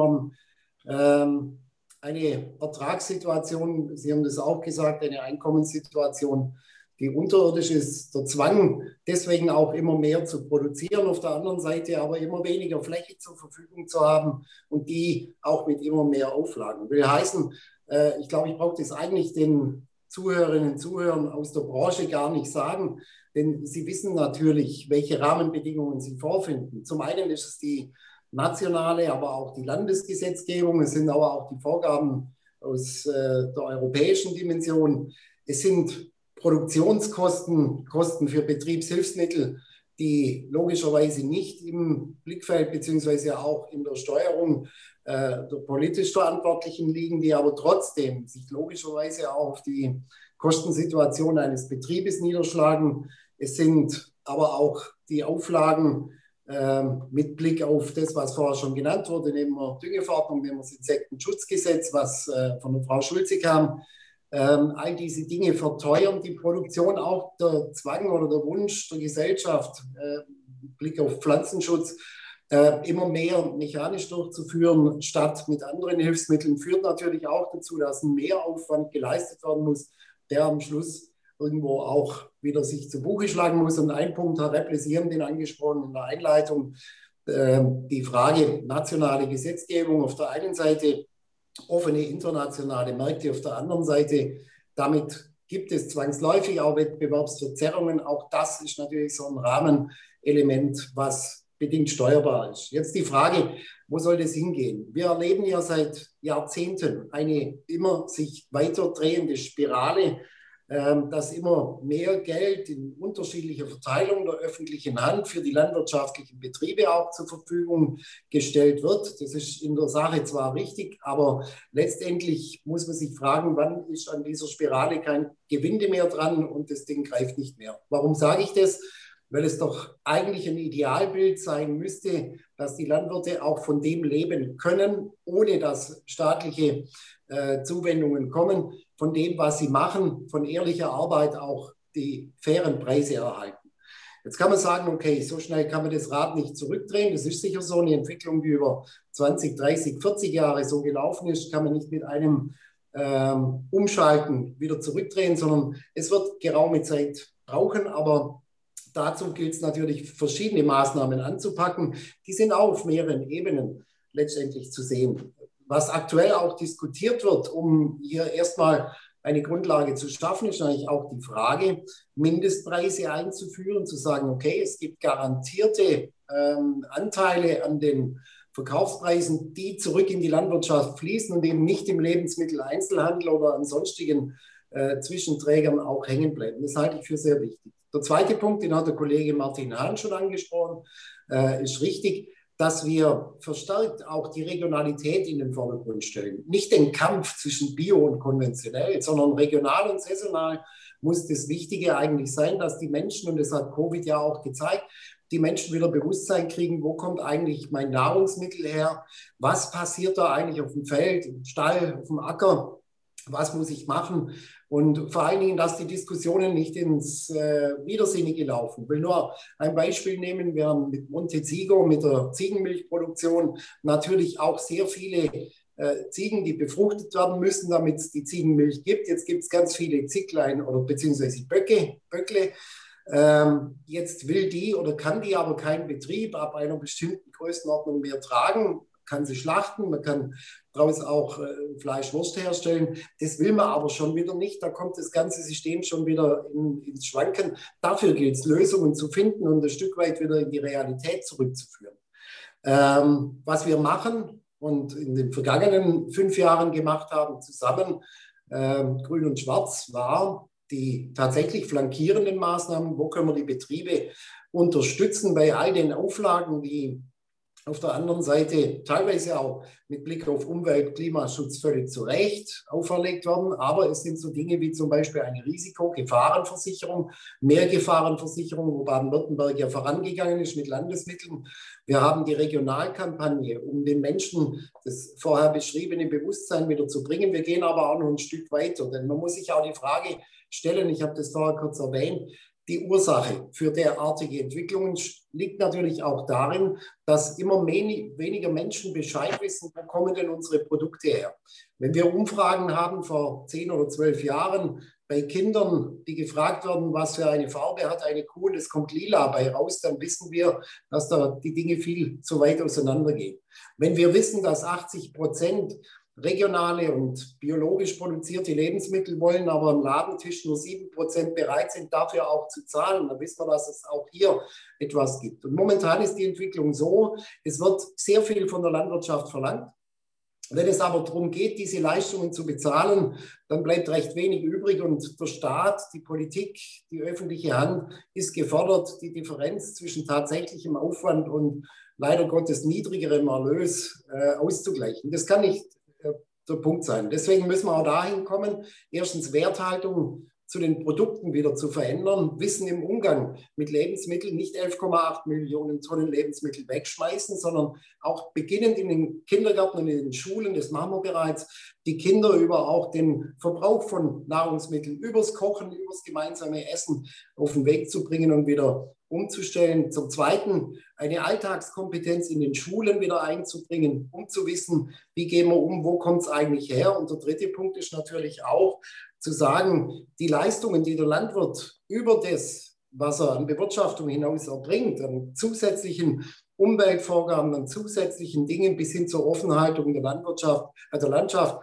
worden. Eine Ertragssituation, Sie haben das auch gesagt, eine Einkommenssituation, die unterirdisch ist. Der Zwang, deswegen auch immer mehr zu produzieren, auf der anderen Seite aber immer weniger Fläche zur Verfügung zu haben und die auch mit immer mehr Auflagen. Will heißen, ich glaube, ich brauche das eigentlich den Zuhörerinnen und Zuhörern aus der Branche gar nicht sagen, denn sie wissen natürlich, welche Rahmenbedingungen sie vorfinden. Zum einen ist es die nationale, aber auch die Landesgesetzgebung. Es sind aber auch die Vorgaben aus der europäischen Dimension. Es sind Produktionskosten, Kosten für Betriebshilfsmittel, die logischerweise nicht im Blickfeld beziehungsweise auch in der Steuerung der politisch Verantwortlichen liegen, die aber trotzdem sich logischerweise auch auf die Kostensituation eines Betriebes niederschlagen. Es sind aber auch die Auflagen mit Blick auf das, was vorher schon genannt wurde, nehmen wir Düngeverordnung, nehmen wir das Insektenschutzgesetz, was von der Frau Schulze kam. All diese Dinge verteuern die Produktion, auch der Zwang oder der Wunsch der Gesellschaft, Blick auf Pflanzenschutz, immer mehr mechanisch durchzuführen, statt mit anderen Hilfsmitteln, führt natürlich auch dazu, dass ein Mehraufwand geleistet werden muss, der am Schluss irgendwo auch wieder sich zu Buche schlagen muss. Und ein Punkt, Herr Repple, Sie haben den angesprochen in der Einleitung, die Frage nationale Gesetzgebung auf der einen Seite, offene internationale Märkte auf der anderen Seite. Damit gibt es zwangsläufig auch Wettbewerbsverzerrungen. Auch das ist natürlich so ein Rahmenelement, was bedingt steuerbar ist. Jetzt die Frage, wo soll das hingehen? Wir erleben ja seit Jahrzehnten eine immer sich weiter drehende Spirale, dass immer mehr Geld in unterschiedlicher Verteilung der öffentlichen Hand für die landwirtschaftlichen Betriebe auch zur Verfügung gestellt wird. Das ist in der Sache zwar richtig, aber letztendlich muss man sich fragen, wann ist an dieser Spirale kein Gewinde mehr dran und das Ding greift nicht mehr. Warum sage ich das? Weil es doch eigentlich ein Idealbild sein müsste, dass die Landwirte auch von dem leben können, ohne dass staatliche Zuwendungen kommen, von dem, was sie machen, von ehrlicher Arbeit auch die fairen Preise erhalten. Jetzt kann man sagen, okay, so schnell kann man das Rad nicht zurückdrehen. Das ist sicher so eine Entwicklung, die über 20, 30, 40 Jahre so gelaufen ist, kann man nicht mit einem umschalten, wieder zurückdrehen, sondern es wird geraume Zeit brauchen, aber dazu gilt es natürlich, verschiedene Maßnahmen anzupacken. Die sind auch auf mehreren Ebenen letztendlich zu sehen. Was aktuell auch diskutiert wird, um hier erstmal eine Grundlage zu schaffen, ist eigentlich auch die Frage, Mindestpreise einzuführen, zu sagen, okay, es gibt garantierte Anteile an den Verkaufspreisen, die zurück in die Landwirtschaft fließen und eben nicht im Lebensmitteleinzelhandel oder an sonstigen Zwischenträgern auch hängen bleiben. Das halte ich für sehr wichtig. Der zweite Punkt, den hat der Kollege Martin Hahn schon angesprochen, ist richtig, dass wir verstärkt auch die Regionalität in den Vordergrund stellen. Nicht den Kampf zwischen Bio und konventionell, sondern regional und saisonal muss das Wichtige eigentlich sein, dass die Menschen, und das hat Covid ja auch gezeigt, die Menschen wieder Bewusstsein kriegen, wo kommt eigentlich mein Nahrungsmittel her, was passiert da eigentlich auf dem Feld, im Stall, auf dem Acker, was muss ich machen und vor allen Dingen, dass die Diskussionen nicht ins Widersinnige laufen. Ich will nur ein Beispiel nehmen, wir haben mit Monteziego, mit der Ziegenmilchproduktion natürlich auch sehr viele Ziegen, die befruchtet werden müssen, damit es die Ziegenmilch gibt. Jetzt gibt es ganz viele Zicklein oder beziehungsweise Böckle. Jetzt will die oder kann die aber kein Betrieb ab einer bestimmten Größenordnung mehr tragen, kann sie schlachten, man kann daraus auch Fleischwurst herstellen. Das will man aber schon wieder nicht. Da kommt das ganze System schon wieder ins Schwanken. Dafür gilt es, Lösungen zu finden und ein Stück weit wieder in die Realität zurückzuführen. Was wir machen und in den vergangenen 5 Jahren gemacht haben, zusammen, Grün und Schwarz, war die tatsächlich flankierenden Maßnahmen. Wo können wir die Betriebe unterstützen bei all den Auflagen, die auf der anderen Seite teilweise auch mit Blick auf Umwelt, Klimaschutz völlig zu Recht auferlegt werden. Aber es sind so Dinge wie zum Beispiel eine Risiko-Gefahrenversicherung, Mehrgefahrenversicherung, wo Baden-Württemberg ja vorangegangen ist mit Landesmitteln. Wir haben die Regionalkampagne, um den Menschen das vorher beschriebene Bewusstsein wieder zu bringen. Wir gehen aber auch noch ein Stück weiter, denn man muss sich auch die Frage stellen, ich habe das vorher kurz erwähnt, die Ursache für derartige Entwicklungen liegt natürlich auch darin, dass immer weniger Menschen Bescheid wissen, wo kommen denn unsere Produkte her. Wenn wir Umfragen haben vor 10 oder 12 Jahren bei Kindern, die gefragt werden, was für eine Farbe hat eine Kuh und es kommt lila bei raus, dann wissen wir, dass da die Dinge viel zu weit auseinandergehen. Wenn wir wissen, dass 80% regionale und biologisch produzierte Lebensmittel wollen, aber am Ladentisch nur 7% bereit sind, dafür auch zu zahlen, dann wissen wir, dass es auch hier etwas gibt. Und momentan ist die Entwicklung so, es wird sehr viel von der Landwirtschaft verlangt. Wenn es aber darum geht, diese Leistungen zu bezahlen, dann bleibt recht wenig übrig und der Staat, die Politik, die öffentliche Hand ist gefordert, die Differenz zwischen tatsächlichem Aufwand und leider Gottes niedrigerem Erlös auszugleichen. Das kann nicht der Punkt sein. Deswegen müssen wir auch dahin kommen, erstens Werthaltung zu den Produkten wieder zu verändern, Wissen im Umgang mit Lebensmitteln, nicht 11,8 Millionen Tonnen Lebensmittel wegschmeißen, sondern auch beginnend in den Kindergärten und in den Schulen, das machen wir bereits, die Kinder über auch den Verbrauch von Nahrungsmitteln, übers Kochen, übers gemeinsame Essen auf den Weg zu bringen und wieder umzustellen. Zum Zweiten eine Alltagskompetenz in den Schulen wieder einzubringen, um zu wissen, wie gehen wir um, wo kommt es eigentlich her. Und der dritte Punkt ist natürlich auch zu sagen, die Leistungen, die der Landwirt über das, was er an Bewirtschaftung hinaus erbringt, an zusätzlichen Umweltvorgaben, an zusätzlichen Dingen bis hin zur Offenhaltung der Landschaft,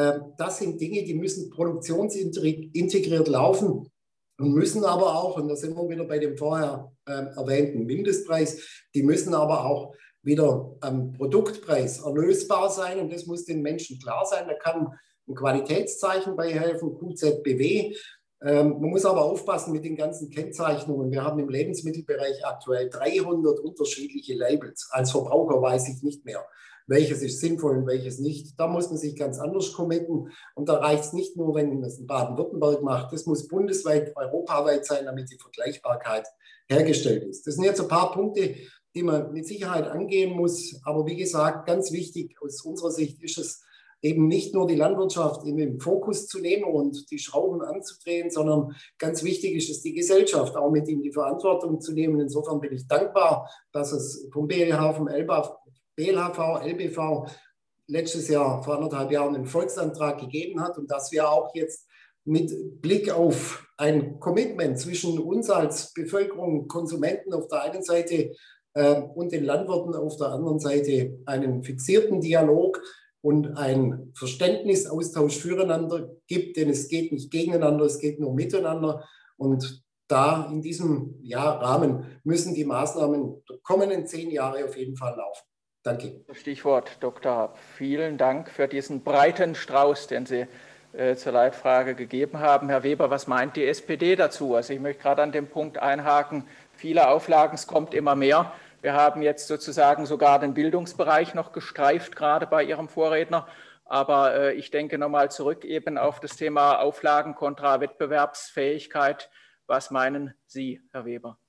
das sind Dinge, die müssen produktionsintegriert laufen. Und müssen aber auch, und da sind wir wieder bei dem vorher erwähnten Mindestpreis, die müssen aber auch wieder am Produktpreis erlösbar sein und das muss den Menschen klar sein. Da kann ein Qualitätszeichen bei helfen, QZBW. Man muss aber aufpassen mit den ganzen Kennzeichnungen. Wir haben im Lebensmittelbereich aktuell 300 unterschiedliche Labels. Als Verbraucher weiß ich nicht mehr, welches ist sinnvoll und welches nicht. Da muss man sich ganz anders committen. Und da reicht es nicht nur, wenn man das in Baden-Württemberg macht. Das muss bundesweit, europaweit sein, damit die Vergleichbarkeit hergestellt ist. Das sind jetzt ein paar Punkte, die man mit Sicherheit angehen muss. Aber wie gesagt, ganz wichtig aus unserer Sicht ist es, eben nicht nur die Landwirtschaft in den Fokus zu nehmen und die Schrauben anzudrehen, sondern ganz wichtig ist es, die Gesellschaft auch mit in die Verantwortung zu nehmen. Insofern bin ich dankbar, dass es vom BLH, vom BLHV, LBV letztes Jahr, vor 1,5 Jahren, einen Volksantrag gegeben hat und dass wir auch jetzt mit Blick auf ein Commitment zwischen uns als Bevölkerung, Konsumenten auf der einen Seite und den Landwirten auf der anderen Seite einen fixierten Dialog und einen Verständnisaustausch füreinander gibt, denn es geht nicht gegeneinander, es geht nur miteinander. Und da in diesem Rahmen müssen die Maßnahmen der kommenden 10 Jahre auf jeden Fall laufen. Danke. Stichwort Dr. Happ. Vielen Dank für diesen breiten Strauß, den Sie zur Leitfrage gegeben haben. Herr Weber, was meint die SPD dazu? Also ich möchte gerade an dem Punkt einhaken, viele Auflagen, es kommt immer mehr. Wir haben jetzt sozusagen sogar den Bildungsbereich noch gestreift, gerade bei Ihrem Vorredner. Aber ich denke nochmal zurück eben auf das Thema Auflagen kontra Wettbewerbsfähigkeit. Was meinen Sie, Herr Weber?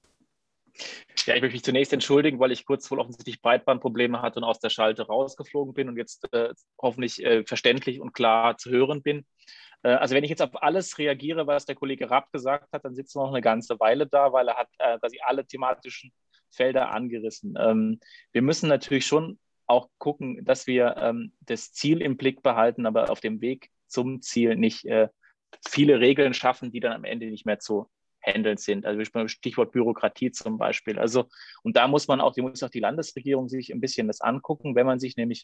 Ja, ich möchte mich zunächst entschuldigen, weil ich kurz wohl offensichtlich Breitbandprobleme hatte und aus der Schalte rausgeflogen bin und jetzt hoffentlich verständlich und klar zu hören bin. Also wenn ich jetzt auf alles reagiere, was der Kollege Rapp gesagt hat, dann sitzen wir noch eine ganze Weile da, weil er hat quasi alle thematischen Felder angerissen. Wir müssen natürlich schon auch gucken, dass wir das Ziel im Blick behalten, aber auf dem Weg zum Ziel nicht viele Regeln schaffen, die dann am Ende nicht mehr zu handeln sind. Also Stichwort Bürokratie zum Beispiel. Also, und da muss auch die Landesregierung sich ein bisschen das angucken, wenn man sich nämlich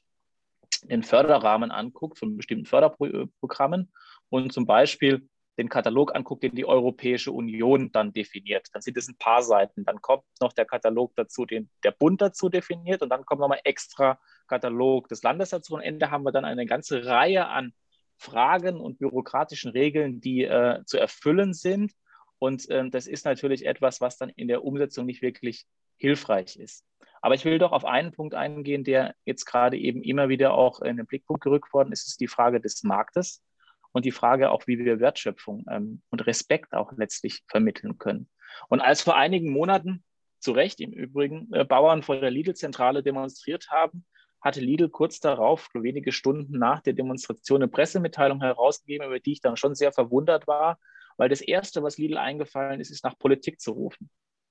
den Förderrahmen anguckt von bestimmten Förderprogrammen und zum Beispiel den Katalog anguckt, den die Europäische Union dann definiert. Dann sind es ein paar Seiten. Dann kommt noch der Katalog dazu, den der Bund dazu definiert und dann kommt nochmal extra Katalog des Landes dazu. Und am Ende haben wir dann eine ganze Reihe an Fragen und bürokratischen Regeln, die zu erfüllen sind. Und das ist natürlich etwas, was dann in der Umsetzung nicht wirklich hilfreich ist. Aber ich will doch auf einen Punkt eingehen, der jetzt gerade eben immer wieder auch in den Blickpunkt gerückt worden ist, ist die Frage des Marktes und die Frage auch, wie wir Wertschöpfung und Respekt auch letztlich vermitteln können. Und als vor einigen Monaten, zu Recht im Übrigen, Bauern vor der Lidl-Zentrale demonstriert haben, hatte Lidl kurz darauf, wenige Stunden nach der Demonstration, eine Pressemitteilung herausgegeben, über die ich dann schon sehr verwundert war, weil das Erste, was Lidl eingefallen ist, ist nach Politik zu rufen.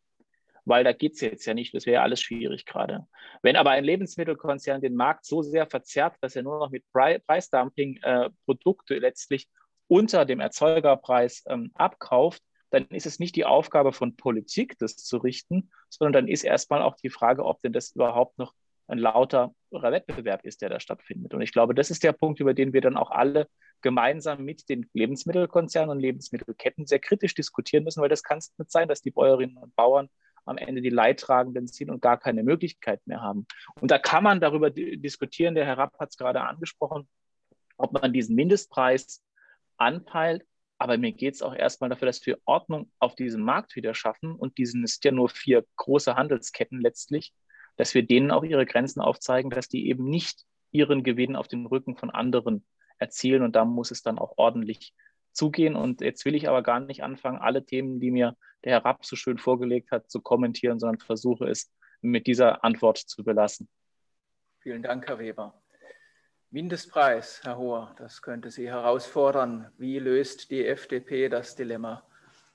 Weil da geht es jetzt ja nicht, das wäre ja alles schwierig gerade. Wenn aber ein Lebensmittelkonzern den Markt so sehr verzerrt, dass er nur noch mit Preisdumping Produkte letztlich unter dem Erzeugerpreis abkauft, dann ist es nicht die Aufgabe von Politik, das zu richten, sondern dann ist erstmal auch die Frage, ob denn das überhaupt noch ein lauterer Wettbewerb ist, der da stattfindet. Und ich glaube, das ist der Punkt, über den wir dann auch alle gemeinsam mit den Lebensmittelkonzernen und Lebensmittelketten sehr kritisch diskutieren müssen, weil das kann es nicht sein, dass die Bäuerinnen und Bauern am Ende die Leidtragenden sind und gar keine Möglichkeit mehr haben. Und da kann man darüber diskutieren, der Herr Rapp hat es gerade angesprochen, ob man diesen Mindestpreis anpeilt. Aber mir geht es auch erstmal dafür, dass wir Ordnung auf diesem Markt wieder schaffen und es sind ja nur 4 große Handelsketten letztlich, dass wir denen auch ihre Grenzen aufzeigen, dass die eben nicht ihren Gewinn auf den Rücken von anderen erzielen. Und da muss es dann auch ordentlich zugehen. Und jetzt will ich aber gar nicht anfangen, alle Themen, die mir der Herr Rapp so schön vorgelegt hat, zu kommentieren, sondern versuche es mit dieser Antwort zu belassen. Vielen Dank, Herr Weber. Mindestpreis, Herr Hoher, das könnte Sie herausfordern. Wie löst die FDP das Dilemma?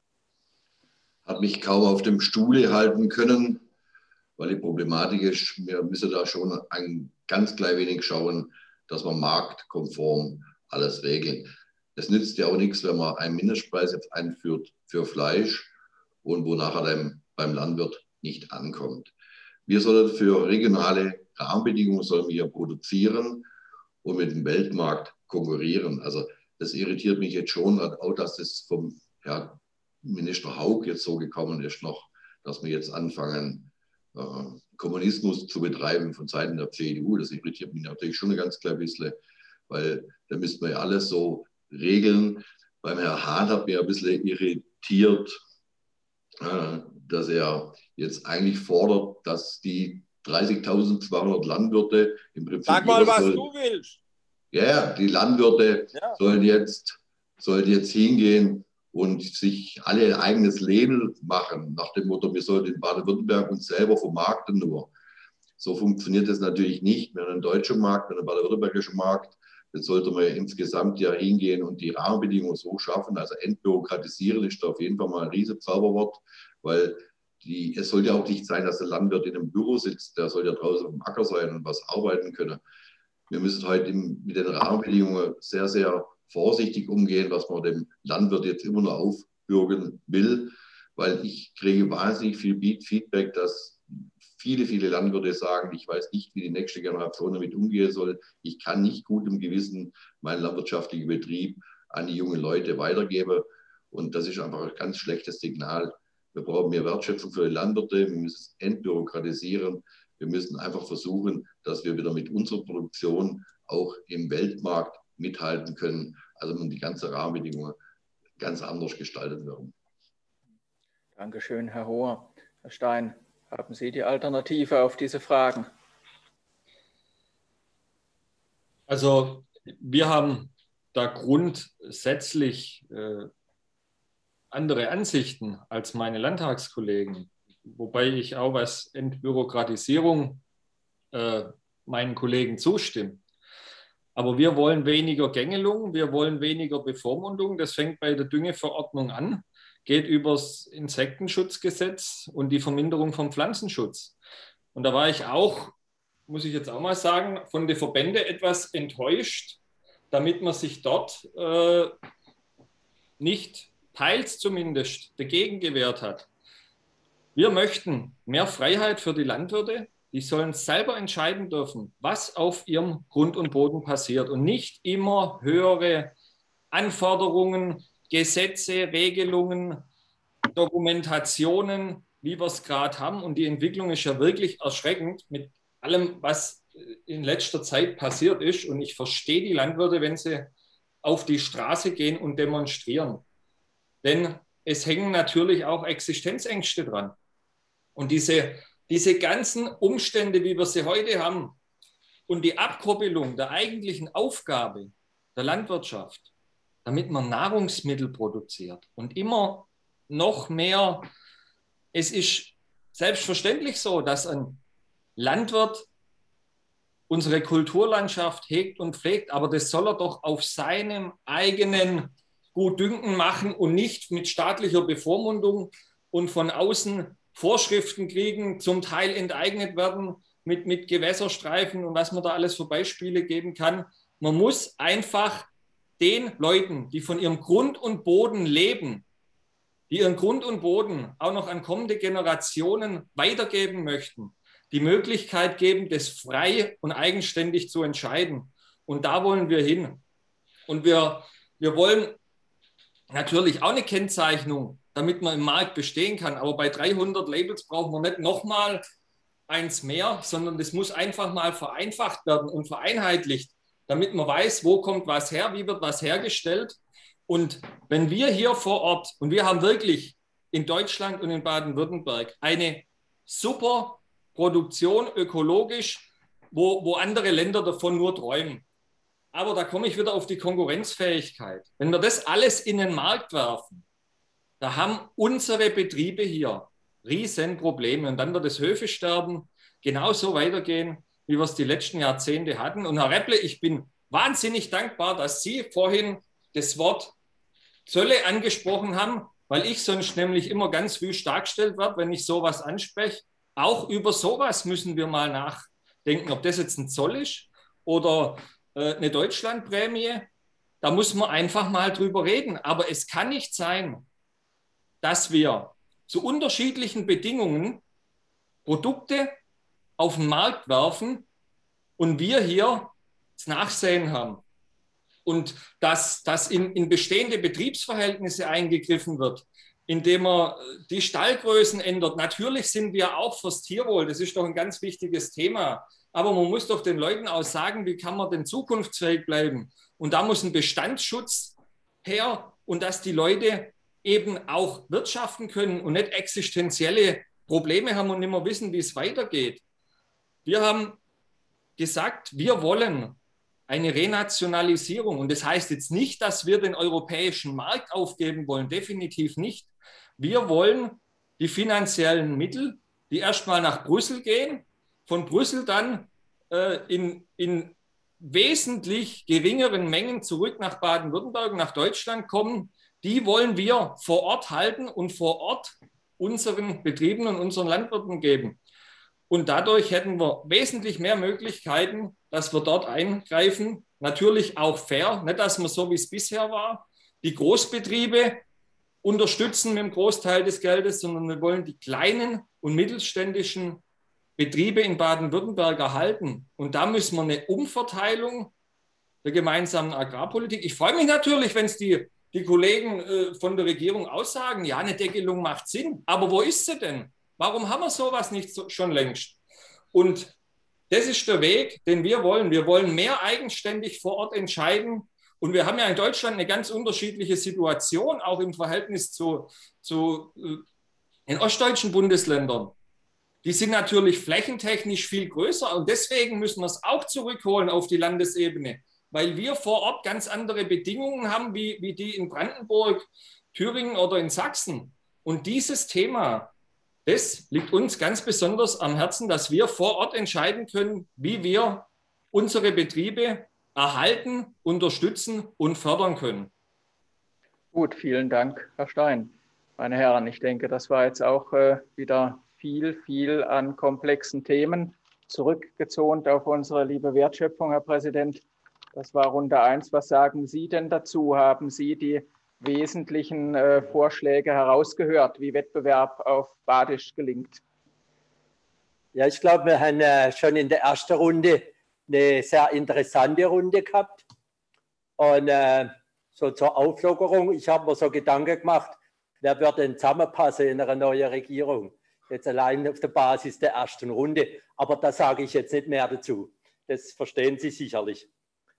Hat mich kaum auf dem Stuhle halten können, weil die Problematik ist, wir müssen da schon ein ganz klein wenig schauen, dass wir marktkonform alles regeln. Es nützt ja auch nichts, wenn man einen Mindestpreis jetzt einführt für Fleisch und wo nachher dann beim Landwirt nicht ankommt. Wir sollen für regionale Rahmenbedingungen sollen wir produzieren und mit dem Weltmarkt konkurrieren. Also das irritiert mich jetzt schon, auch dass das vom Herrn Minister Hauck jetzt so gekommen ist noch, dass wir jetzt anfangen, Kommunismus zu betreiben von Seiten der CDU. Das irritiert mich natürlich schon ein ganz klein bisschen, weil da müssten wir ja alles so regeln. Beim Herrn Hahn hat mich ein bisschen irritiert, dass er jetzt eigentlich fordert, dass die 30.200 Landwirte im Prinzip... Sag mal, was du willst. Ja, die Landwirte sollen jetzt hingehen und sich alle ein eigenes Label machen, nach dem Motto, wir sollen in Baden-Württemberg uns selber vermarkten nur. So funktioniert das natürlich nicht. Wir haben einen deutschen Markt, wir haben einen baden-württembergischen Markt. Jetzt sollte man ja insgesamt ja hingehen und die Rahmenbedingungen so schaffen. Also entbürokratisieren ist da auf jeden Fall mal ein riesen Zauberwort, weil es soll ja auch nicht sein, dass der Landwirt in einem Büro sitzt, der soll ja draußen auf dem Acker sein und was arbeiten können. wir müssen heute mit den Rahmenbedingungen sehr, sehr vorsichtig umgehen, was man dem Landwirt jetzt immer noch aufbürgen will, weil ich kriege wahnsinnig viel Feedback, dass viele Landwirte sagen, ich weiß nicht, wie die nächste Generation damit umgehen soll. Ich kann nicht gut im Gewissen meinen landwirtschaftlichen Betrieb an die jungen Leute weitergeben. Und das ist einfach ein ganz schlechtes Signal. Wir brauchen mehr Wertschöpfung für die Landwirte. Wir müssen es entbürokratisieren. Wir müssen einfach versuchen, dass wir wieder mit unserer Produktion auch im Weltmarkt mithalten können. Also die ganzen Rahmenbedingungen ganz anders gestaltet werden. Dankeschön, Herr Hoher. Herr Stein, haben Sie die Alternative auf diese Fragen? Also wir haben da grundsätzlich andere Ansichten als meine Landtagskollegen, wobei ich auch was Entbürokratisierung meinen Kollegen zustimme. Aber wir wollen weniger Gängelung, wir wollen weniger Bevormundung. Das fängt bei der Düngeverordnung an, geht übers Insektenschutzgesetz und die Verminderung vom Pflanzenschutz. Und da war ich auch, muss ich jetzt auch mal sagen, von den Verbänden etwas enttäuscht, damit man sich dort nicht teils zumindest dagegen gewehrt hat. Wir möchten mehr Freiheit für die Landwirte. Die sollen selber entscheiden dürfen, was auf ihrem Grund und Boden passiert und nicht immer höhere Anforderungen, Gesetze, Regelungen, Dokumentationen, wie wir es gerade haben. Und die Entwicklung ist ja wirklich erschreckend mit allem, was in letzter Zeit passiert ist. Und ich verstehe die Landwirte, wenn sie auf die Straße gehen und demonstrieren. Denn es hängen natürlich auch Existenzängste dran. Und diese ganzen Umstände, wie wir sie heute haben und die Abkoppelung der eigentlichen Aufgabe der Landwirtschaft, damit man Nahrungsmittel produziert und immer noch mehr, es ist selbstverständlich so, dass ein Landwirt unsere Kulturlandschaft hegt und pflegt, aber das soll er doch auf seinem eigenen Gutdünken machen und nicht mit staatlicher Bevormundung und von außen Vorschriften kriegen, zum Teil enteignet werden mit Gewässerstreifen und was man da alles für Beispiele geben kann. Man muss einfach den Leuten, die von ihrem Grund und Boden leben, die ihren Grund und Boden auch noch an kommende Generationen weitergeben möchten, die Möglichkeit geben, das frei und eigenständig zu entscheiden. Und da wollen wir hin. Und wir wollen natürlich auch eine Kennzeichnung, damit man im Markt bestehen kann. Aber bei 300 Labels brauchen wir nicht nochmal eins mehr, sondern das muss einfach mal vereinfacht werden und vereinheitlicht, damit man weiß, wo kommt was her, wie wird was hergestellt. Und wenn wir hier vor Ort, und wir haben wirklich in Deutschland und in Baden-Württemberg eine super Produktion ökologisch, wo andere Länder davon nur träumen. Aber da komme ich wieder auf die Konkurrenzfähigkeit. Wenn wir das alles in den Markt werfen, da haben unsere Betriebe hier Riesenprobleme. Und dann wird das Höfesterben genauso weitergehen, wie wir es die letzten Jahrzehnte hatten. Und Herr Repple, ich bin wahnsinnig dankbar, dass Sie vorhin das Wort Zölle angesprochen haben, weil ich sonst nämlich immer ganz wüst dargestellt werde, wenn ich sowas anspreche. Auch über sowas müssen wir mal nachdenken, ob das jetzt ein Zoll ist oder eine Deutschlandprämie. Da muss man einfach mal drüber reden. Aber es kann nicht sein, dass wir zu unterschiedlichen Bedingungen Produkte auf den Markt werfen und wir hier das Nachsehen haben. Und dass in bestehende Betriebsverhältnisse eingegriffen wird, indem man die Stallgrößen ändert. Natürlich sind wir auch fürs Tierwohl, das ist doch ein ganz wichtiges Thema. Aber man muss doch den Leuten auch sagen, wie kann man denn zukunftsfähig bleiben? Und da muss ein Bestandsschutz her und dass die Leute eben auch wirtschaften können und nicht existenzielle Probleme haben und nicht mehr wissen, wie es weitergeht. Wir haben gesagt, wir wollen eine Renationalisierung. Und das heißt jetzt nicht, dass wir den europäischen Markt aufgeben wollen, definitiv nicht. Wir wollen die finanziellen Mittel, die erstmal nach Brüssel gehen, von Brüssel dann in wesentlich geringeren Mengen zurück nach Baden-Württemberg, nach Deutschland kommen. Die wollen wir vor Ort halten und vor Ort unseren Betrieben und unseren Landwirten geben. Und dadurch hätten wir wesentlich mehr Möglichkeiten, dass wir dort eingreifen. Natürlich auch fair, nicht dass man so, wie es bisher war, die Großbetriebe unterstützen mit dem Großteil des Geldes, sondern wir wollen die kleinen und mittelständischen Betriebe in Baden-Württemberg erhalten. Und da müssen wir eine Umverteilung der gemeinsamen Agrarpolitik. Ich freue mich natürlich, wenn es die Kollegen von der Regierung aussagen, ja, eine Deckelung macht Sinn. Aber wo ist sie denn? Warum haben wir sowas nicht schon längst? Und das ist der Weg, den wir wollen. Wir wollen mehr eigenständig vor Ort entscheiden. Und wir haben ja in Deutschland eine ganz unterschiedliche Situation, auch im Verhältnis zu den ostdeutschen Bundesländern. Die sind natürlich flächentechnisch viel größer und deswegen müssen wir es auch zurückholen auf die Landesebene, weil wir vor Ort ganz andere Bedingungen haben, wie die in Brandenburg, Thüringen oder in Sachsen. Und dieses Thema, das liegt uns ganz besonders am Herzen, dass wir vor Ort entscheiden können, wie wir unsere Betriebe erhalten, unterstützen und fördern können. Gut, vielen Dank, Herr Stein. Meine Herren, ich denke, das war jetzt auch wieder viel an komplexen Themen, zurückgezont auf unsere liebe Wertschöpfung, Herr Präsident. Das war Runde 1. Was sagen Sie denn dazu? Haben Sie die wesentlichen Vorschläge herausgehört, wie Wettbewerb auf Badisch gelingt? Ja, ich glaube, wir haben schon in der ersten Runde eine sehr interessante Runde gehabt. Und so zur Auflockerung, ich habe mir so Gedanken gemacht, wer wird denn zusammenpassen in einer neuen Regierung? Jetzt allein auf der Basis der ersten Runde. Aber da sage ich jetzt nicht mehr dazu. Das verstehen Sie sicherlich.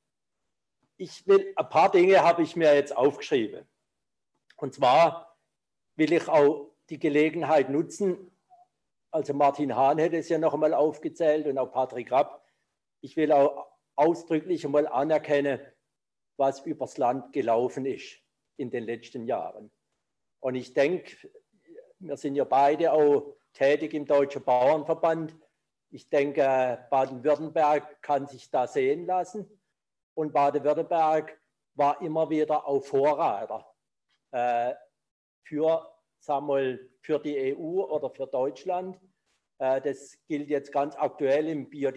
Ein paar Dinge habe ich mir jetzt aufgeschrieben. Und zwar will ich auch die Gelegenheit nutzen, also Martin Hahn hätte es ja noch einmal aufgezählt und auch Patrick Rapp. Ich will auch ausdrücklich einmal anerkennen, was übers Land gelaufen ist in den letzten Jahren. Und ich denke, wir sind ja beide auch tätig im Deutschen Bauernverband. Ich denke, Baden-Württemberg kann sich da sehen lassen. Und Baden-Württemberg war immer wieder auch Vorreiter für die EU oder für Deutschland. Das gilt jetzt ganz aktuell in der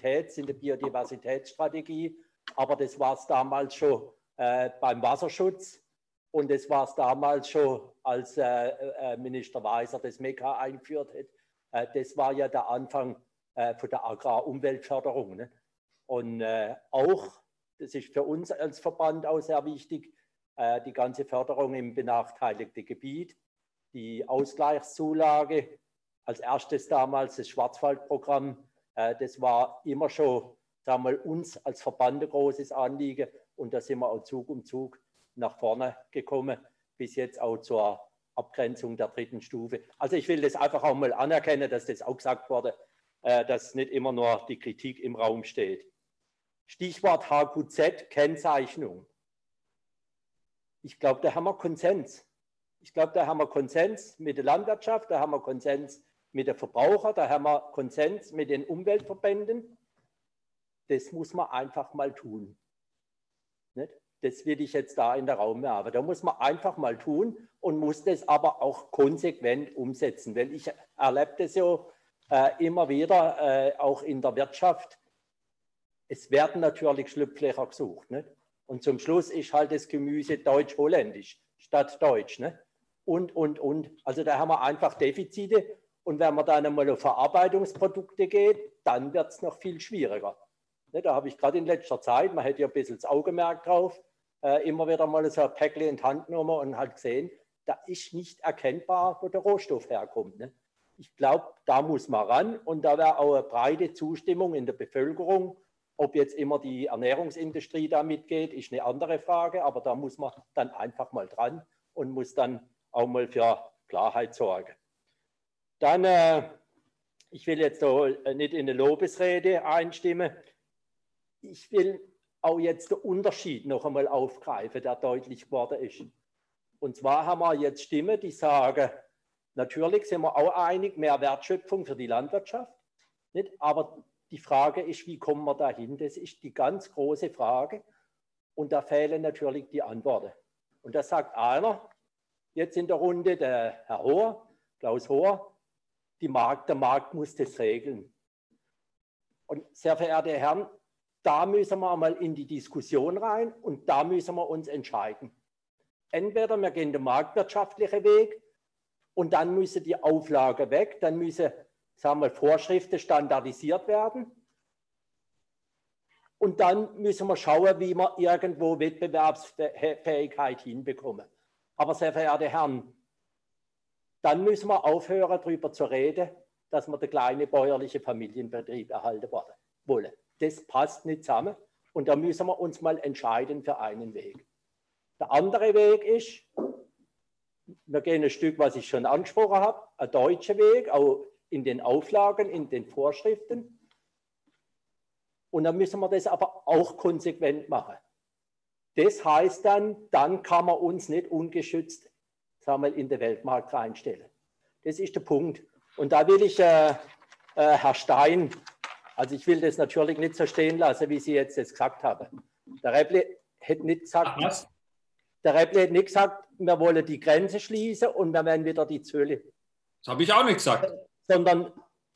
Biodiversitätsstrategie. Aber das war es damals schon beim Wasserschutz. Und das war es damals schon, als Minister Weiser das MECA eingeführt hat. Das war ja der Anfang von der Agrarumweltförderung. Ne? Und auch, das ist für uns als Verband auch sehr wichtig, die ganze Förderung im benachteiligten Gebiet, die Ausgleichszulage, als erstes damals das Schwarzwaldprogramm. Das war immer schon, sagen wir mal, uns als Verband ein großes Anliegen. Und da sind wir auch Zug um Zug nach vorne gekommen, bis jetzt auch zur Abgrenzung der 3. Stufe. Also ich will das einfach auch mal anerkennen, dass das auch gesagt wurde, dass nicht immer nur die Kritik im Raum steht. Stichwort HQZ, Kennzeichnung. Ich glaube, da haben wir Konsens. Ich glaube, da haben wir Konsens mit der Landwirtschaft, da haben wir Konsens mit den Verbrauchern, da haben wir Konsens mit den Umweltverbänden. Das muss man einfach mal tun. Nicht? Das will ich jetzt da in den Raum werfen. Da muss man einfach mal tun und muss das aber auch konsequent umsetzen. Weil ich erlebe das ja immer wieder, auch in der Wirtschaft. Es werden natürlich Schlupflöcher gesucht. Nicht? Und zum Schluss ist halt das Gemüse deutsch-holländisch statt deutsch. Nicht? Und. Also da haben wir einfach Defizite. Und wenn man dann einmal auf Verarbeitungsprodukte geht, dann wird es noch viel schwieriger. Nicht? Da habe ich gerade in letzter Zeit, man hätte ja ein bisschen das Augenmerk drauf, immer wieder mal so ein Päckchen in die Hand genommen und halt gesehen, da ist nicht erkennbar, wo der Rohstoff herkommt. Ne? Ich glaube, da muss man ran und da wäre auch eine breite Zustimmung in der Bevölkerung. Ob jetzt immer die Ernährungsindustrie da mitgeht, ist eine andere Frage, aber da muss man dann einfach mal dran und muss dann auch mal für Klarheit sorgen. Dann, ich will jetzt nicht in eine Lobesrede einstimmen, ich will auch jetzt den Unterschied noch einmal aufgreifen, der deutlich geworden ist. Und zwar haben wir jetzt Stimmen, die sagen, natürlich sind wir auch einig, mehr Wertschöpfung für die Landwirtschaft. Nicht? Aber die Frage ist, wie kommen wir dahin? Das ist die ganz große Frage. Und da fehlen natürlich die Antworten. Und da sagt einer, jetzt in der Runde, der Herr Hohr, Klaus Hohr, der Markt muss das regeln. Und sehr verehrte Herren, da müssen wir mal in die Diskussion rein und da müssen wir uns entscheiden. Entweder wir gehen den marktwirtschaftlichen Weg und dann müssen die Auflagen weg, dann müssen, sagen wir, Vorschriften standardisiert werden. Und dann müssen wir schauen, wie wir irgendwo Wettbewerbsfähigkeit hinbekommen. Aber sehr verehrte Herren, dann müssen wir aufhören, darüber zu reden, dass wir den kleinen bäuerlichen Familienbetrieb erhalten wollen. Das passt nicht zusammen und da müssen wir uns mal entscheiden für einen Weg. Der andere Weg ist, wir gehen ein Stück, was ich schon angesprochen habe, ein deutscher Weg, auch in den Auflagen, in den Vorschriften. Und dann müssen wir das aber auch konsequent machen. Das heißt dann kann man uns nicht ungeschützt, sagen wir, in den Weltmarkt reinstellen. Das ist der Punkt. Und da will ich, Herr Stein, also ich will das natürlich nicht so stehen lassen, wie Sie jetzt das gesagt haben. Der Räble hätte nicht gesagt, wir wollen die Grenze schließen und wir werden wieder die Zölle. Das habe ich auch nicht gesagt. Sondern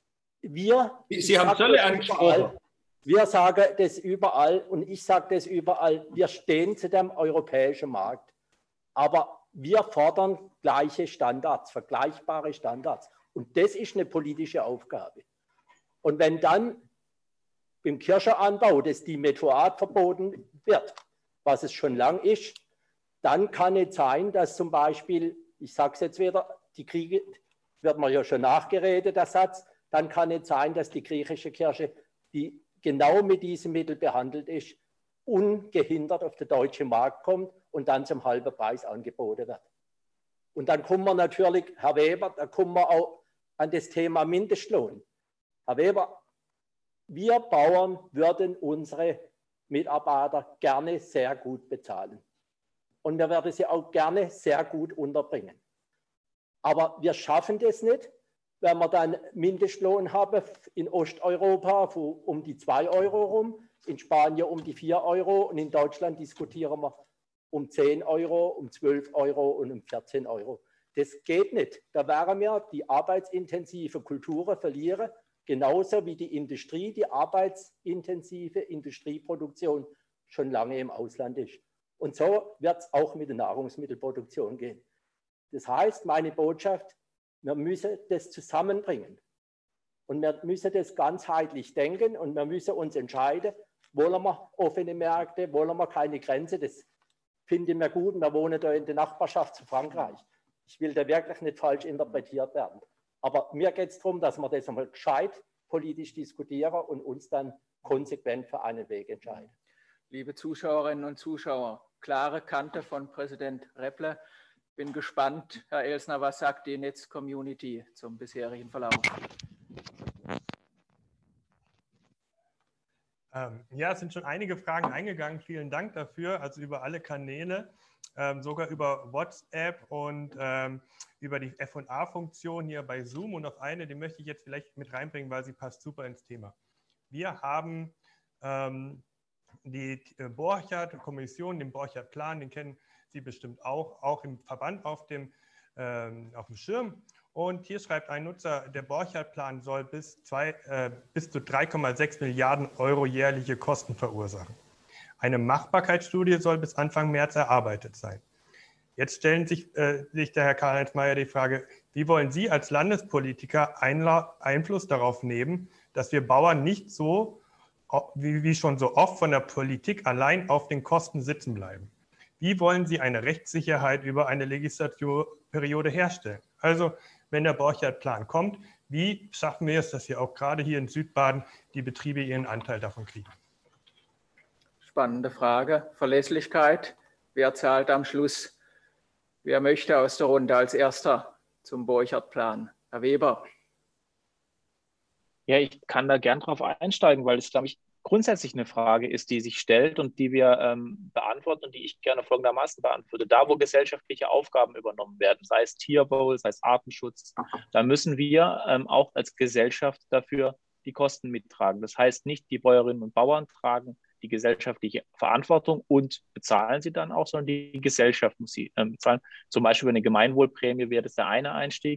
Sie haben Zölle angesprochen. Wir sagen das überall und ich sage das überall, wir stehen zu dem europäischen Markt. Aber wir fordern gleiche Standards, vergleichbare Standards. Und das ist eine politische Aufgabe. Und wenn dann im Kirschenanbau das Dimethioat verboten wird, was es schon lang ist, dann kann es sein, dass zum Beispiel, ich sage es jetzt wieder, die Kriege, wird man ja schon nachgeredet, der Satz, dann kann es sein, dass die griechische Kirsche, die genau mit diesem Mittel behandelt ist, ungehindert auf den deutschen Markt kommt und dann zum halben Preis angeboten wird. Und dann kommen wir natürlich, Herr Weber, da kommen wir auch an das Thema Mindestlohn. Herr Weber, wir Bauern würden unsere Mitarbeiter gerne sehr gut bezahlen. Und wir werden sie auch gerne sehr gut unterbringen. Aber wir schaffen das nicht, wenn wir dann Mindestlohn haben in Osteuropa um die 2 Euro rum, in Spanien um die 4 Euro und in Deutschland diskutieren wir um 10 Euro, um 12 Euro und um 14 Euro. Das geht nicht. Da werden wir die arbeitsintensive Kulturen verlieren, genauso wie die Industrie, die arbeitsintensive Industrieproduktion schon lange im Ausland ist. Und so wird es auch mit der Nahrungsmittelproduktion gehen. Das heißt, meine Botschaft, wir müssen das zusammenbringen. Und wir müssen das ganzheitlich denken und wir müssen uns entscheiden, wollen wir offene Märkte, wollen wir keine Grenze. Das finde ich mir gut. Wir wohnen da in der Nachbarschaft zu Frankreich. Ich will da wirklich nicht falsch interpretiert werden. Aber mir geht es darum, dass wir das einmal gescheit politisch diskutieren und uns dann konsequent für einen Weg entscheiden. Liebe Zuschauerinnen und Zuschauer, klare Kante von Präsident Räble. Bin gespannt, Herr Elsner, was sagt die Netz-Community zum bisherigen Verlauf? Ja, es sind schon einige Fragen eingegangen. Vielen Dank dafür. Also über alle Kanäle, sogar über WhatsApp und über die F&A-Funktion hier bei Zoom. Und noch eine, die möchte ich jetzt vielleicht mit reinbringen, weil sie passt super ins Thema. Wir haben die Borchardt-Kommission, den Borchardt-Plan, den kennen Sie bestimmt auch im Verband auf dem Schirm. Und hier schreibt ein Nutzer, der Borchardt-Plan soll bis zu 3,6 Milliarden Euro jährliche Kosten verursachen. Eine Machbarkeitsstudie soll bis Anfang März erarbeitet sein. Jetzt stellen sich der Herr Karl-Heinz Mayer die Frage, wie wollen Sie als Landespolitiker Einfluss darauf nehmen, dass wir Bauern nicht so, wie schon so oft von der Politik allein auf den Kosten sitzen bleiben? Wie wollen Sie eine Rechtssicherheit über eine Legislaturperiode herstellen? Also, wenn der Borchardt-Plan kommt, wie schaffen wir es, dass wir auch gerade hier in Südbaden die Betriebe ihren Anteil davon kriegen? Spannende Frage. Verlässlichkeit. Wer zahlt am Schluss? Wer möchte aus der Runde als Erster zum Borchardt-Plan? Herr Weber. Ja, ich kann da gern drauf einsteigen, weil es, glaube ich, grundsätzlich eine Frage ist, die sich stellt und die wir beantworten und die ich gerne folgendermaßen beantworte. Da, wo gesellschaftliche Aufgaben übernommen werden, sei es Tierwohl, sei es Artenschutz, da müssen wir auch als Gesellschaft dafür die Kosten mittragen. Das heißt, nicht die Bäuerinnen und Bauern tragen die gesellschaftliche Verantwortung und bezahlen sie dann auch, sondern die Gesellschaft muss sie bezahlen. Zum Beispiel über eine Gemeinwohlprämie wäre das der eine Einstieg.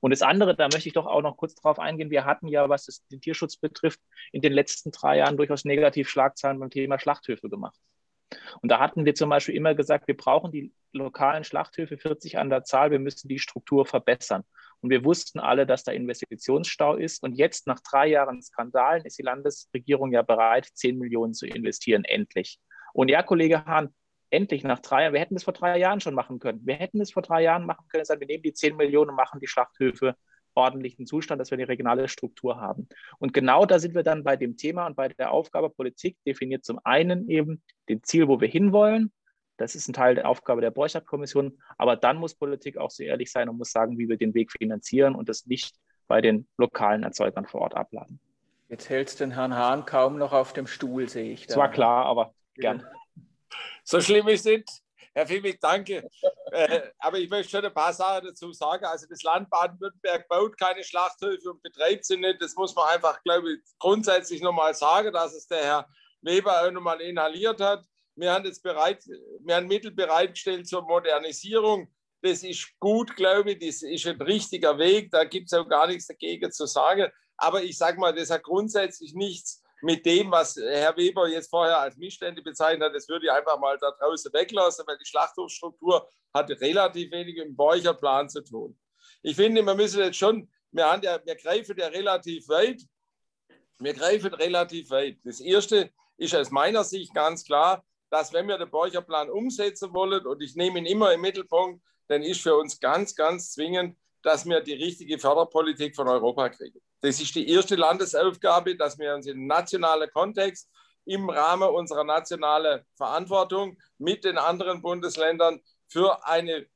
Und das andere, da möchte ich doch auch noch kurz drauf eingehen, wir hatten ja, was den Tierschutz betrifft, in den letzten 3 Jahren durchaus negativ Schlagzeilen beim Thema Schlachthöfe gemacht. Und da hatten wir zum Beispiel immer gesagt, wir brauchen die lokalen Schlachthöfe 40 an der Zahl, wir müssen die Struktur verbessern. Und wir wussten alle, dass da Investitionsstau ist. Und jetzt nach 3 Jahren Skandalen ist die Landesregierung ja bereit, 10 Millionen zu investieren, endlich. Und ja, Kollege Hahn, endlich nach 3 Jahren, wir hätten das vor 3 Jahren schon machen können. Wir hätten es vor 3 Jahren machen können, sagen, wir nehmen die 10 Millionen und machen die Schlachthöfe ordentlichen Zustand, dass wir eine regionale Struktur haben. Und genau da sind wir dann bei dem Thema und bei der Aufgabe, Politik definiert zum einen eben den Ziel, wo wir hinwollen. Das ist ein Teil der Aufgabe der Borchardt-Kommission. Aber dann muss Politik auch so ehrlich sein und muss sagen, wie wir den Weg finanzieren und das nicht bei den lokalen Erzeugern vor Ort abladen. Jetzt hältst du den Herrn Hahn kaum noch auf dem Stuhl, sehe ich. Das war klar, aber gern. So schlimm ist es. Herr Fiebig, danke. Aber ich möchte schon ein paar Sachen dazu sagen. Also das Land Baden-Württemberg baut keine Schlachthöfe und betreibt sie nicht. Das muss man einfach, glaube ich, grundsätzlich nochmal sagen, dass es der Herr Weber auch nochmal inhaliert hat. Wir haben Mittel bereitgestellt zur Modernisierung. Das ist gut, glaube ich. Das ist ein richtiger Weg. Da gibt es auch gar nichts dagegen zu sagen. Aber ich sage mal, das hat grundsätzlich nichts mit dem, was Herr Weber jetzt vorher als Missstände bezeichnet hat. Das würde ich einfach mal da draußen weglassen, weil die Schlachthofstruktur hat relativ wenig mit dem Borchardt-Plan zu tun. Ich finde, wir müssen jetzt schon, wir greifen ja relativ weit. Wir greifen relativ weit. Das Erste ist aus meiner Sicht ganz klar, dass wenn wir den Borchardt-Plan umsetzen wollen, und ich nehme ihn immer im Mittelpunkt, dann ist für uns ganz, ganz zwingend, dass wir die richtige Förderpolitik von Europa kriegen. Das ist die erste Landesaufgabe, dass wir uns im nationalen Kontext im Rahmen unserer nationalen Verantwortung mit den anderen Bundesländern für eine,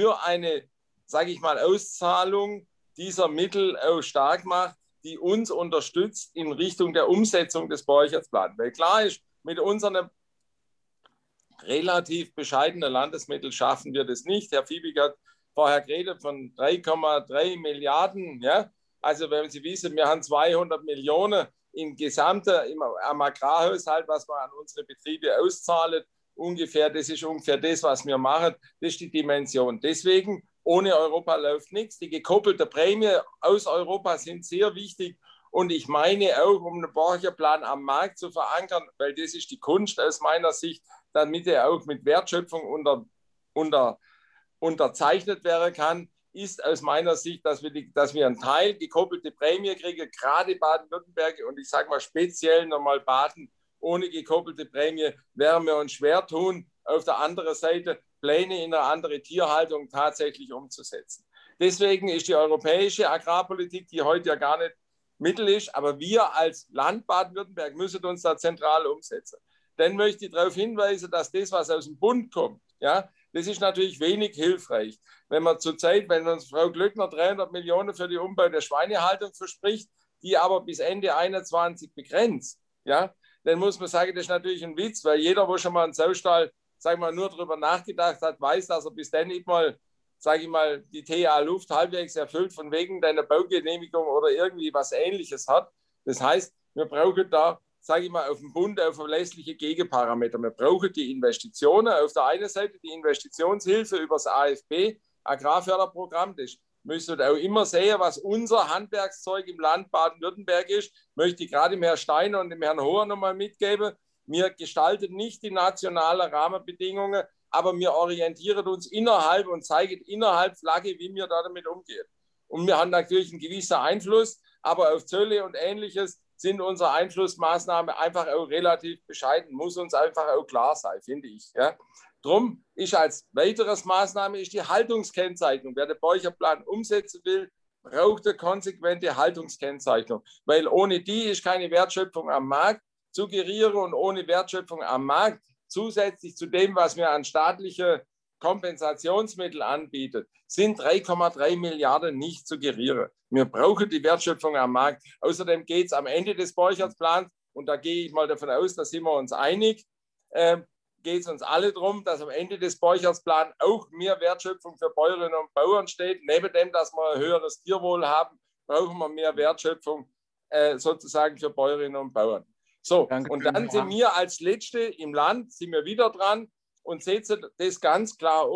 sage ich mal, Auszahlung dieser Mittel auch stark macht, die uns unterstützt in Richtung der Umsetzung des Borchardt-Plans. Weil klar ist, mit unseren relativ bescheidenen Landesmitteln schaffen wir das nicht. Herr Fiebig hat vorher geredet von 3,3 Milliarden. Ja? Also wenn Sie wissen, wir haben 200 Millionen am Agrarhaushalt, was wir an unsere Betriebe auszahlen, ungefähr, das ist ungefähr das, was wir machen. Das ist die Dimension. Deswegen, ohne Europa läuft nichts. Die gekoppelten Prämien aus Europa sind sehr wichtig. Und ich meine auch, um einen Borchardt-Plan am Markt zu verankern, weil das ist die Kunst aus meiner Sicht, damit er auch mit Wertschöpfung unterzeichnet werden kann, ist aus meiner Sicht, dass wir einen Teil gekoppelte Prämie kriegen, gerade Baden-Württemberg und ich sage mal speziell nochmal Baden ohne gekoppelte Prämie, werden wir uns schwer tun, auf der anderen Seite Pläne in eine andere Tierhaltung tatsächlich umzusetzen. Deswegen ist die europäische Agrarpolitik, die heute ja gar nicht Mittel ist, aber wir als Land Baden-Württemberg müssen uns da zentral umsetzen. Dann möchte ich darauf hinweisen, dass das, was aus dem Bund kommt, ja, das ist natürlich wenig hilfreich. Wenn uns Frau Glöckner 300 Millionen für die Umbau der Schweinehaltung verspricht, die aber bis Ende 2021 begrenzt, ja, dann muss man sagen, das ist natürlich ein Witz, weil jeder, wo schon mal einen Saustall, sagen wir mal, nur darüber nachgedacht hat, weiß, dass er bis dann nicht mal, sage ich mal, die TA-Luft halbwegs erfüllt von wegen deiner Baugenehmigung oder irgendwie was Ähnliches hat. Das heißt, wir brauchen da, sage ich mal, auf dem Bund auf verlässliche Gegenparameter. Wir brauchen die Investitionen. Auf der einen Seite die Investitionshilfe über das AFB, Agrarförderprogramm. Das müsst ihr auch immer sehen, was unser Handwerkszeug im Land Baden-Württemberg ist. Möchte ich gerade dem Herrn Steiner und dem Herrn Hoher nochmal mitgeben. Wir gestalten nicht die nationalen Rahmenbedingungen, aber wir orientieren uns innerhalb und zeigen innerhalb Flagge, wie wir damit umgehen. Und wir haben natürlich einen gewissen Einfluss, aber auf Zölle und Ähnliches sind unsere Einflussmaßnahmen einfach auch relativ bescheiden. Muss uns einfach auch klar sein, finde ich. Ja. Drum ist als weiteres Maßnahme ist die Haltungskennzeichnung. Wer den Borchardt-Plan umsetzen will, braucht eine konsequente Haltungskennzeichnung, weil ohne die ist keine Wertschöpfung am Markt zu gerieren und ohne Wertschöpfung am Markt zusätzlich zu dem, was wir an staatliche Kompensationsmittel anbietet, sind 3,3 Milliarden nicht zu gerieren. Wir brauchen die Wertschöpfung am Markt. Außerdem geht es am Ende des Borchardt-Plans, und da gehe ich mal davon aus, da sind wir uns einig, geht es uns alle darum, dass am Ende des Borchardt-Plans auch mehr Wertschöpfung für Bäuerinnen und Bauern steht. Neben dem, dass wir ein höheres Tierwohl haben, brauchen wir mehr Wertschöpfung sozusagen für Bäuerinnen und Bauern. So, danke. Und dann sind wir als Letzte im Land, sind wir wieder dran und setzen das ganz klar um.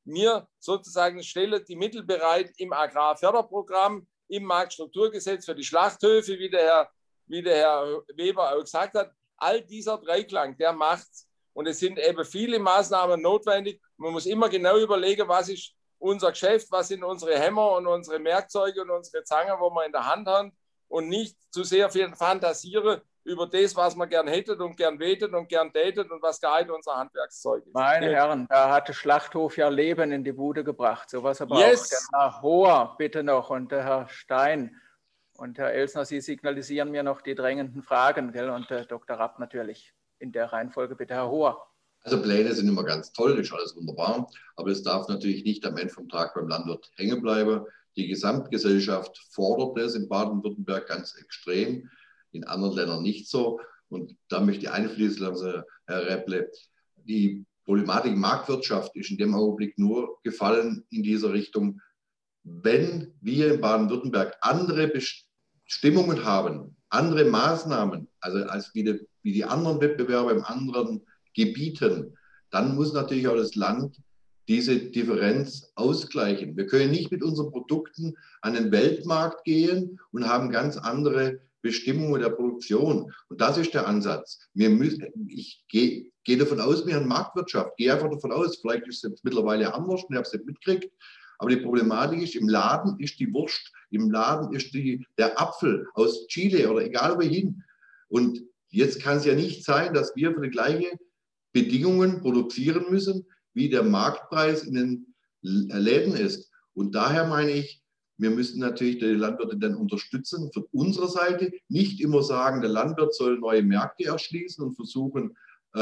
mir sozusagen stelle die Mittel bereit im Agrarförderprogramm, im Marktstrukturgesetz für die Schlachthöfe, wie der Herr Weber auch gesagt hat. All dieser Dreiklang, der macht's. Und es sind eben viele Maßnahmen notwendig. Man muss immer genau überlegen, was ist unser Geschäft, was sind unsere Hämmer und unsere Werkzeuge und unsere Zangen, wo wir in der Hand haben, und nicht zu sehr viel fantasieren über das, was man gern hättet und gern wetet und gern datet und was gar nicht unser Handwerkszeug ist. Meine Herren, da hat der Schlachthof ja Leben in die Bude gebracht. Sowas aber Yes. auch der Herr Hoher bitte noch und der Herr Stein und Herr Elsner, Sie signalisieren mir noch die drängenden Fragen, gell? Und der Dr. Rapp natürlich in der Reihenfolge. Bitte, Herr Hoher. Also Pläne sind immer ganz toll, das ist alles wunderbar, aber es darf natürlich nicht am Ende vom Tag beim Landwirt hängen bleiben. Die Gesamtgesellschaft fordert das in Baden-Württemberg ganz extrem, in anderen Ländern nicht so. Und da möchte ich einfließen lassen, Herr Repple, die Problematik Marktwirtschaft ist in dem Augenblick nur gefallen in dieser Richtung, wenn wir in Baden-Württemberg andere Bestimmungen haben, andere Maßnahmen, also als wie die anderen Wettbewerber in anderen Gebieten, dann muss natürlich auch das Land diese Differenz ausgleichen. Wir können nicht mit unseren Produkten an den Weltmarkt gehen und haben ganz andere Bestimmungen der Produktion. Und das ist der Ansatz. Ich gehe davon aus, wir haben Marktwirtschaft. Gehe einfach davon aus, vielleicht ist es jetzt mittlerweile anders und ich habe es nicht mitgekriegt. Aber die Problematik ist, im Laden ist die Wurst, im Laden ist der Apfel aus Chile oder egal wohin. Und jetzt kann es ja nicht sein, dass wir für die gleichen Bedingungen produzieren müssen, wie der Marktpreis in den Läden ist. Und daher meine ich, wir müssen natürlich die Landwirte dann unterstützen. Von unserer Seite nicht immer sagen, der Landwirt soll neue Märkte erschließen und versuchen,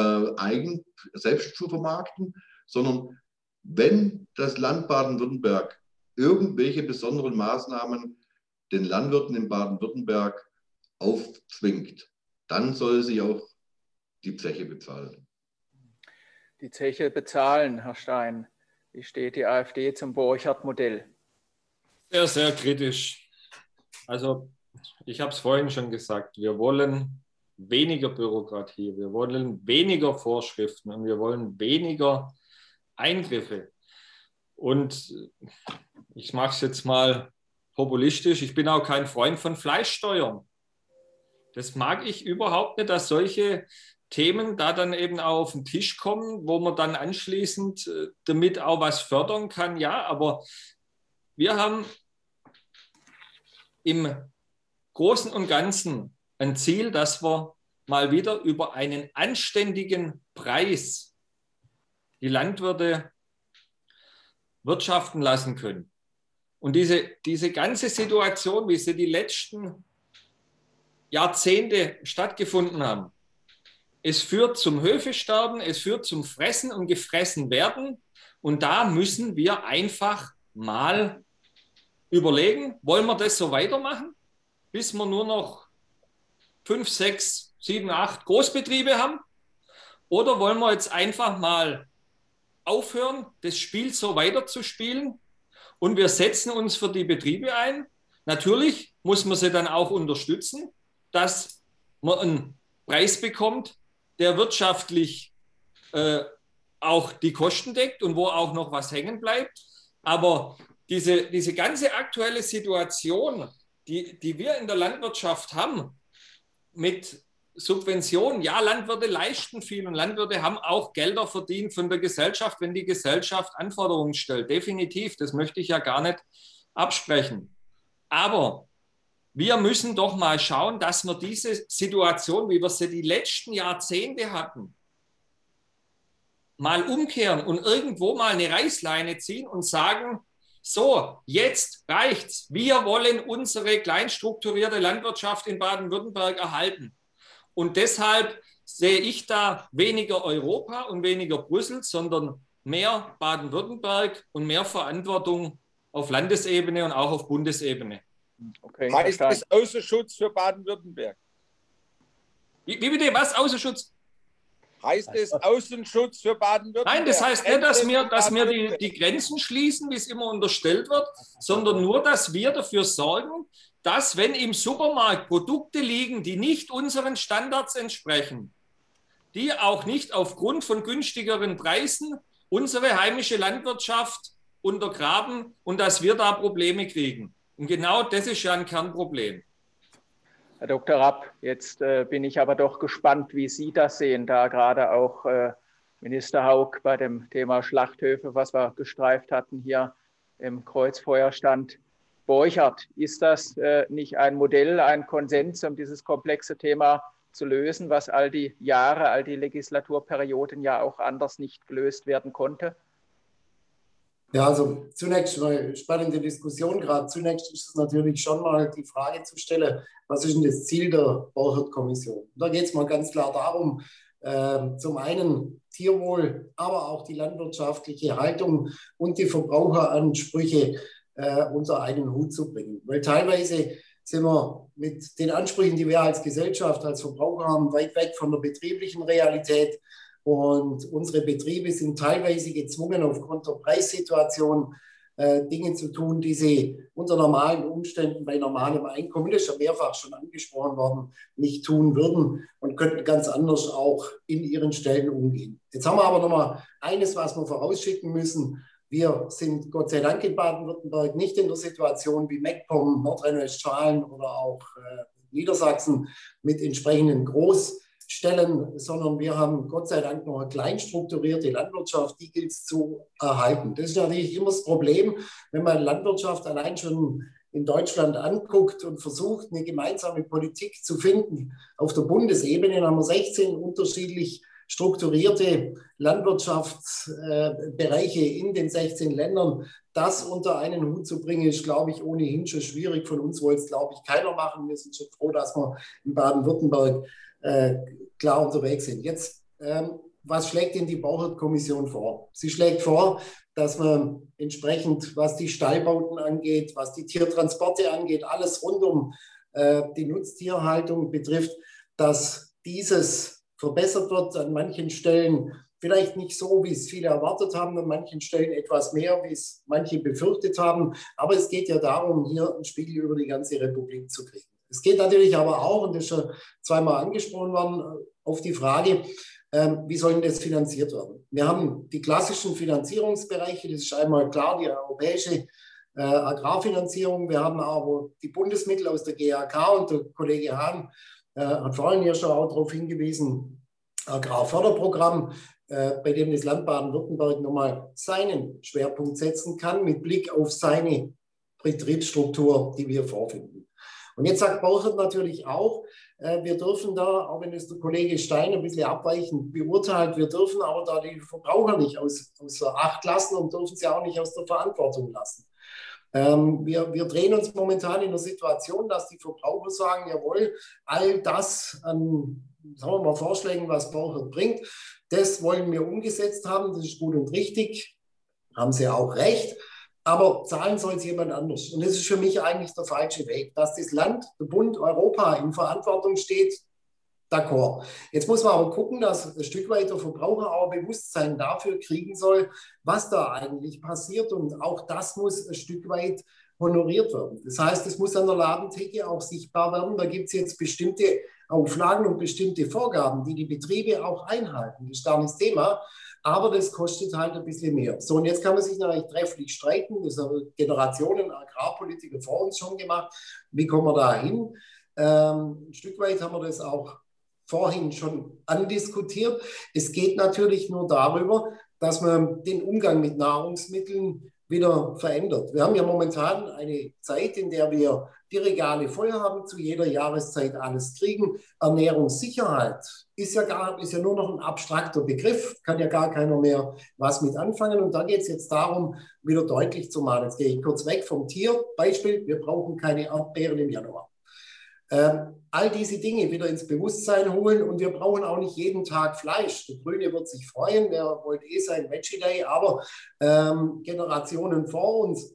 selbst zu vermarkten, sondern wenn das Land Baden-Württemberg irgendwelche besonderen Maßnahmen den Landwirten in Baden-Württemberg aufzwingt, dann soll sie auch die Zeche bezahlen. Die Zeche bezahlen, Herr Stein. Wie steht die AfD zum Borchardt-Modell? Sehr, sehr kritisch. Also ich habe es vorhin schon gesagt, wir wollen weniger Bürokratie, wir wollen weniger Vorschriften und wir wollen weniger Eingriffe. Und ich mache es jetzt mal populistisch, ich bin auch kein Freund von Fleischsteuern. Das mag ich überhaupt nicht, dass solche Themen da dann eben auch auf den Tisch kommen, wo man dann anschließend damit auch was fördern kann. Ja, aber wir haben im Großen und Ganzen ein Ziel, dass wir mal wieder über einen anständigen Preis die Landwirte wirtschaften lassen können. Und diese ganze Situation, wie sie die letzten Jahrzehnte stattgefunden haben, es führt zum Höfesterben, es führt zum Fressen und gefressen werden. Und da müssen wir einfach mal überlegen, wollen wir das so weitermachen, bis wir nur noch 5, 6, 7, 8 Großbetriebe haben? Oder wollen wir jetzt einfach mal aufhören, das Spiel so weiterzuspielen und wir setzen uns für die Betriebe ein? Natürlich muss man sie dann auch unterstützen, dass man einen Preis bekommt, der wirtschaftlich auch die Kosten deckt und wo auch noch was hängen bleibt. Aber diese ganze aktuelle Situation, die wir in der Landwirtschaft haben, mit Subventionen, ja, Landwirte leisten viel und Landwirte haben auch Gelder verdient von der Gesellschaft, wenn die Gesellschaft Anforderungen stellt. Definitiv, das möchte ich ja gar nicht absprechen. Aber wir müssen doch mal schauen, dass wir diese Situation, wie wir sie die letzten Jahrzehnte hatten, mal umkehren und irgendwo mal eine Reißleine ziehen und sagen, so, jetzt reicht's. Wir wollen unsere kleinstrukturierte Landwirtschaft in Baden-Württemberg erhalten. Und deshalb sehe ich da weniger Europa und weniger Brüssel, sondern mehr Baden-Württemberg und mehr Verantwortung auf Landesebene und auch auf Bundesebene. Okay, heißt das Außenschutz für Baden-Württemberg? Wie bitte, was? Außenschutz? Heißt es Außenschutz für Baden-Württemberg? Nein, das heißt nicht, dass wir die Grenzen schließen, wie es immer unterstellt wird, sondern nur, dass wir dafür sorgen, dass, wenn im Supermarkt Produkte liegen, die nicht unseren Standards entsprechen, die auch nicht aufgrund von günstigeren Preisen unsere heimische Landwirtschaft untergraben und dass wir da Probleme kriegen. Und genau das ist ja ein Kernproblem. Herr Dr. Rapp, jetzt bin ich aber doch gespannt, wie Sie das sehen, da gerade auch Minister Hauck bei dem Thema Schlachthöfe, was wir gestreift hatten, hier im Kreuzfeuer stand. Borchardt, ist das nicht ein Modell, ein Konsens, um dieses komplexe Thema zu lösen, was all die Jahre, all die Legislaturperioden ja auch anders nicht gelöst werden konnte? Ja, also zunächst eine spannende Diskussion gerade. Zunächst ist es natürlich schon mal die Frage zu stellen, was ist denn das Ziel der Borchardt-Kommission? Da geht es mal ganz klar darum, zum einen Tierwohl, aber auch die landwirtschaftliche Haltung und die Verbraucheransprüche unter einen Hut zu bringen. Weil teilweise sind wir mit den Ansprüchen, die wir als Gesellschaft, als Verbraucher haben, weit weg von der betrieblichen Realität. Und unsere Betriebe sind teilweise gezwungen, aufgrund der Preissituation Dinge zu tun, die sie unter normalen Umständen bei normalem Einkommen, das ist ja mehrfach schon angesprochen worden, nicht tun würden und könnten ganz anders auch in ihren Stellen umgehen. Jetzt haben wir aber noch mal eines, was wir vorausschicken müssen. Wir sind Gott sei Dank in Baden-Württemberg nicht in der Situation wie MacPom, Nordrhein-Westfalen oder auch Niedersachsen mit entsprechenden Großstellen, sondern wir haben Gott sei Dank noch eine klein strukturierte Landwirtschaft, die gilt es zu erhalten. Das ist natürlich immer das Problem, wenn man Landwirtschaft allein schon in Deutschland anguckt und versucht, eine gemeinsame Politik zu finden. Auf der Bundesebene haben wir 16 unterschiedlich strukturierte Landwirtschaftsbereiche in den 16 Ländern. Das unter einen Hut zu bringen, ist, glaube ich, ohnehin schon schwierig. Von uns wollte es, glaube ich, keiner machen. Wir sind schon froh, dass wir in Baden-Württemberg klar unterwegs sind. Jetzt, was schlägt denn die Borchardt-Kommission vor? Sie schlägt vor, dass man entsprechend, was die Stallbauten angeht, was die Tiertransporte angeht, alles rund um die Nutztierhaltung betrifft, dass dieses verbessert wird, an manchen Stellen vielleicht nicht so, wie es viele erwartet haben, an manchen Stellen etwas mehr, wie es manche befürchtet haben. Aber es geht ja darum, hier einen Spiegel über die ganze Republik zu kriegen. Es geht natürlich aber auch, und das ist schon zweimal angesprochen worden, auf die Frage, wie soll denn das finanziert werden? Wir haben die klassischen Finanzierungsbereiche, das ist einmal klar die europäische Agrarfinanzierung. Wir haben aber die Bundesmittel aus der GAK und der Kollege Hahn hat vorhin ja schon auch darauf hingewiesen, Agrarförderprogramm, bei dem das Land Baden-Württemberg nochmal seinen Schwerpunkt setzen kann, mit Blick auf seine Betriebsstruktur, die wir vorfinden. Und jetzt sagt Borchardt natürlich auch, wir dürfen da, auch wenn es der Kollege Stein ein bisschen abweichend beurteilt, wir dürfen aber da die Verbraucher nicht außer Acht lassen und dürfen sie auch nicht aus der Verantwortung lassen. Wir drehen uns momentan in der Situation, dass die Verbraucher sagen, jawohl, all das an, sagen wir mal, Vorschlägen, was Borchardt bringt, das wollen wir umgesetzt haben, das ist gut und richtig, haben sie auch recht, aber zahlen soll es jemand anders. Und das ist für mich eigentlich der falsche Weg, dass das Land, der Bund, Europa in Verantwortung steht. D'accord. Jetzt muss man aber gucken, dass ein Stück weit der Verbraucher auch Bewusstsein dafür kriegen soll, was da eigentlich passiert. Und auch das muss ein Stück weit honoriert werden. Das heißt, es muss an der Ladentheke auch sichtbar werden. Da gibt es jetzt bestimmte Auflagen und bestimmte Vorgaben, die die Betriebe auch einhalten. Das ist gar nicht das Thema. Aber das kostet halt ein bisschen mehr. So, und jetzt kann man sich natürlich trefflich streiten. Das haben Generationen Agrarpolitiker vor uns schon gemacht. Wie kommen wir da hin? Ein Stück weit haben wir das auch vorhin schon andiskutiert. Es geht natürlich nur darüber, dass man den Umgang mit Nahrungsmitteln wieder verändert. Wir haben ja momentan eine Zeit, in der wir die Regale voll haben, zu jeder Jahreszeit alles kriegen. Ernährungssicherheit ist ja nur noch ein abstrakter Begriff, kann ja gar keiner mehr was mit anfangen. Und da geht es jetzt darum, wieder deutlich zu machen. Jetzt gehe ich kurz weg vom Tier. Beispiel, wir brauchen keine Erdbeeren im Januar. All diese Dinge wieder ins Bewusstsein holen und wir brauchen auch nicht jeden Tag Fleisch. Der Grüne wird sich freuen, der wollte sein Veggie Day, aber Generationen vor uns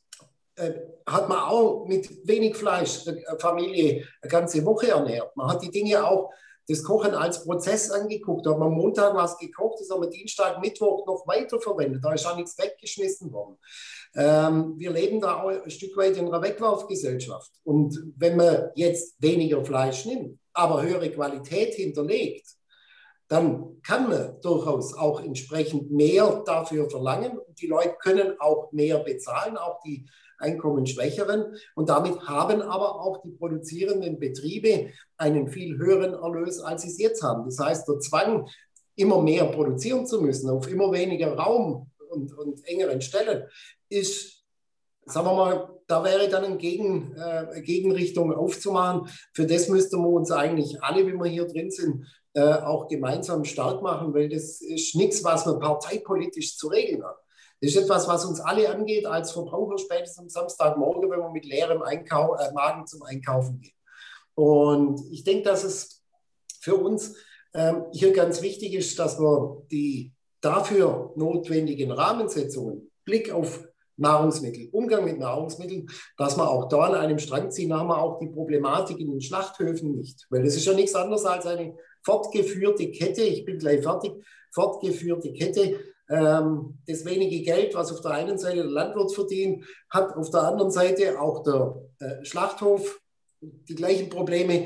hat man auch mit wenig Fleisch eine Familie eine ganze Woche ernährt. Man hat die Dinge auch, das Kochen als Prozess angeguckt. Da hat man am Montag was gekocht, das haben wir Dienstag, Mittwoch noch weiterverwendet. Da ist auch nichts weggeschmissen worden. Wir leben da auch ein Stück weit in einer Wegwerfgesellschaft. Und wenn man jetzt weniger Fleisch nimmt, aber höhere Qualität hinterlegt, dann kann man durchaus auch entsprechend mehr dafür verlangen. Und die Leute können auch mehr bezahlen, auch die Einkommensschwächeren. Und damit haben aber auch die produzierenden Betriebe einen viel höheren Erlös, als sie es jetzt haben. Das heißt, der Zwang, immer mehr produzieren zu müssen, auf immer weniger Raum und engeren Stellen, ist, sagen wir mal, da wäre dann eine Gegenrichtung aufzumachen. Für das müssten wir uns eigentlich alle, wie wir hier drin sind, auch gemeinsam stark machen, weil das ist nichts, was man parteipolitisch zu regeln hat. Das ist etwas, was uns alle angeht als Verbraucher, spätestens am Samstagmorgen, wenn man mit leerem Magen zum Einkaufen geht. Und ich denke, dass es für uns hier ganz wichtig ist, dass wir die dafür notwendigen Rahmensetzungen, Blick auf Nahrungsmittel, Umgang mit Nahrungsmitteln, dass wir auch da an einem Strang ziehen, haben wir auch die Problematik in den Schlachthöfen nicht. Weil das ist ja nichts anderes als eine fortgeführte Kette, ich bin gleich fertig, fortgeführte Kette, das wenige Geld, was auf der einen Seite der Landwirt verdient, hat auf der anderen Seite auch der Schlachthof die gleichen Probleme,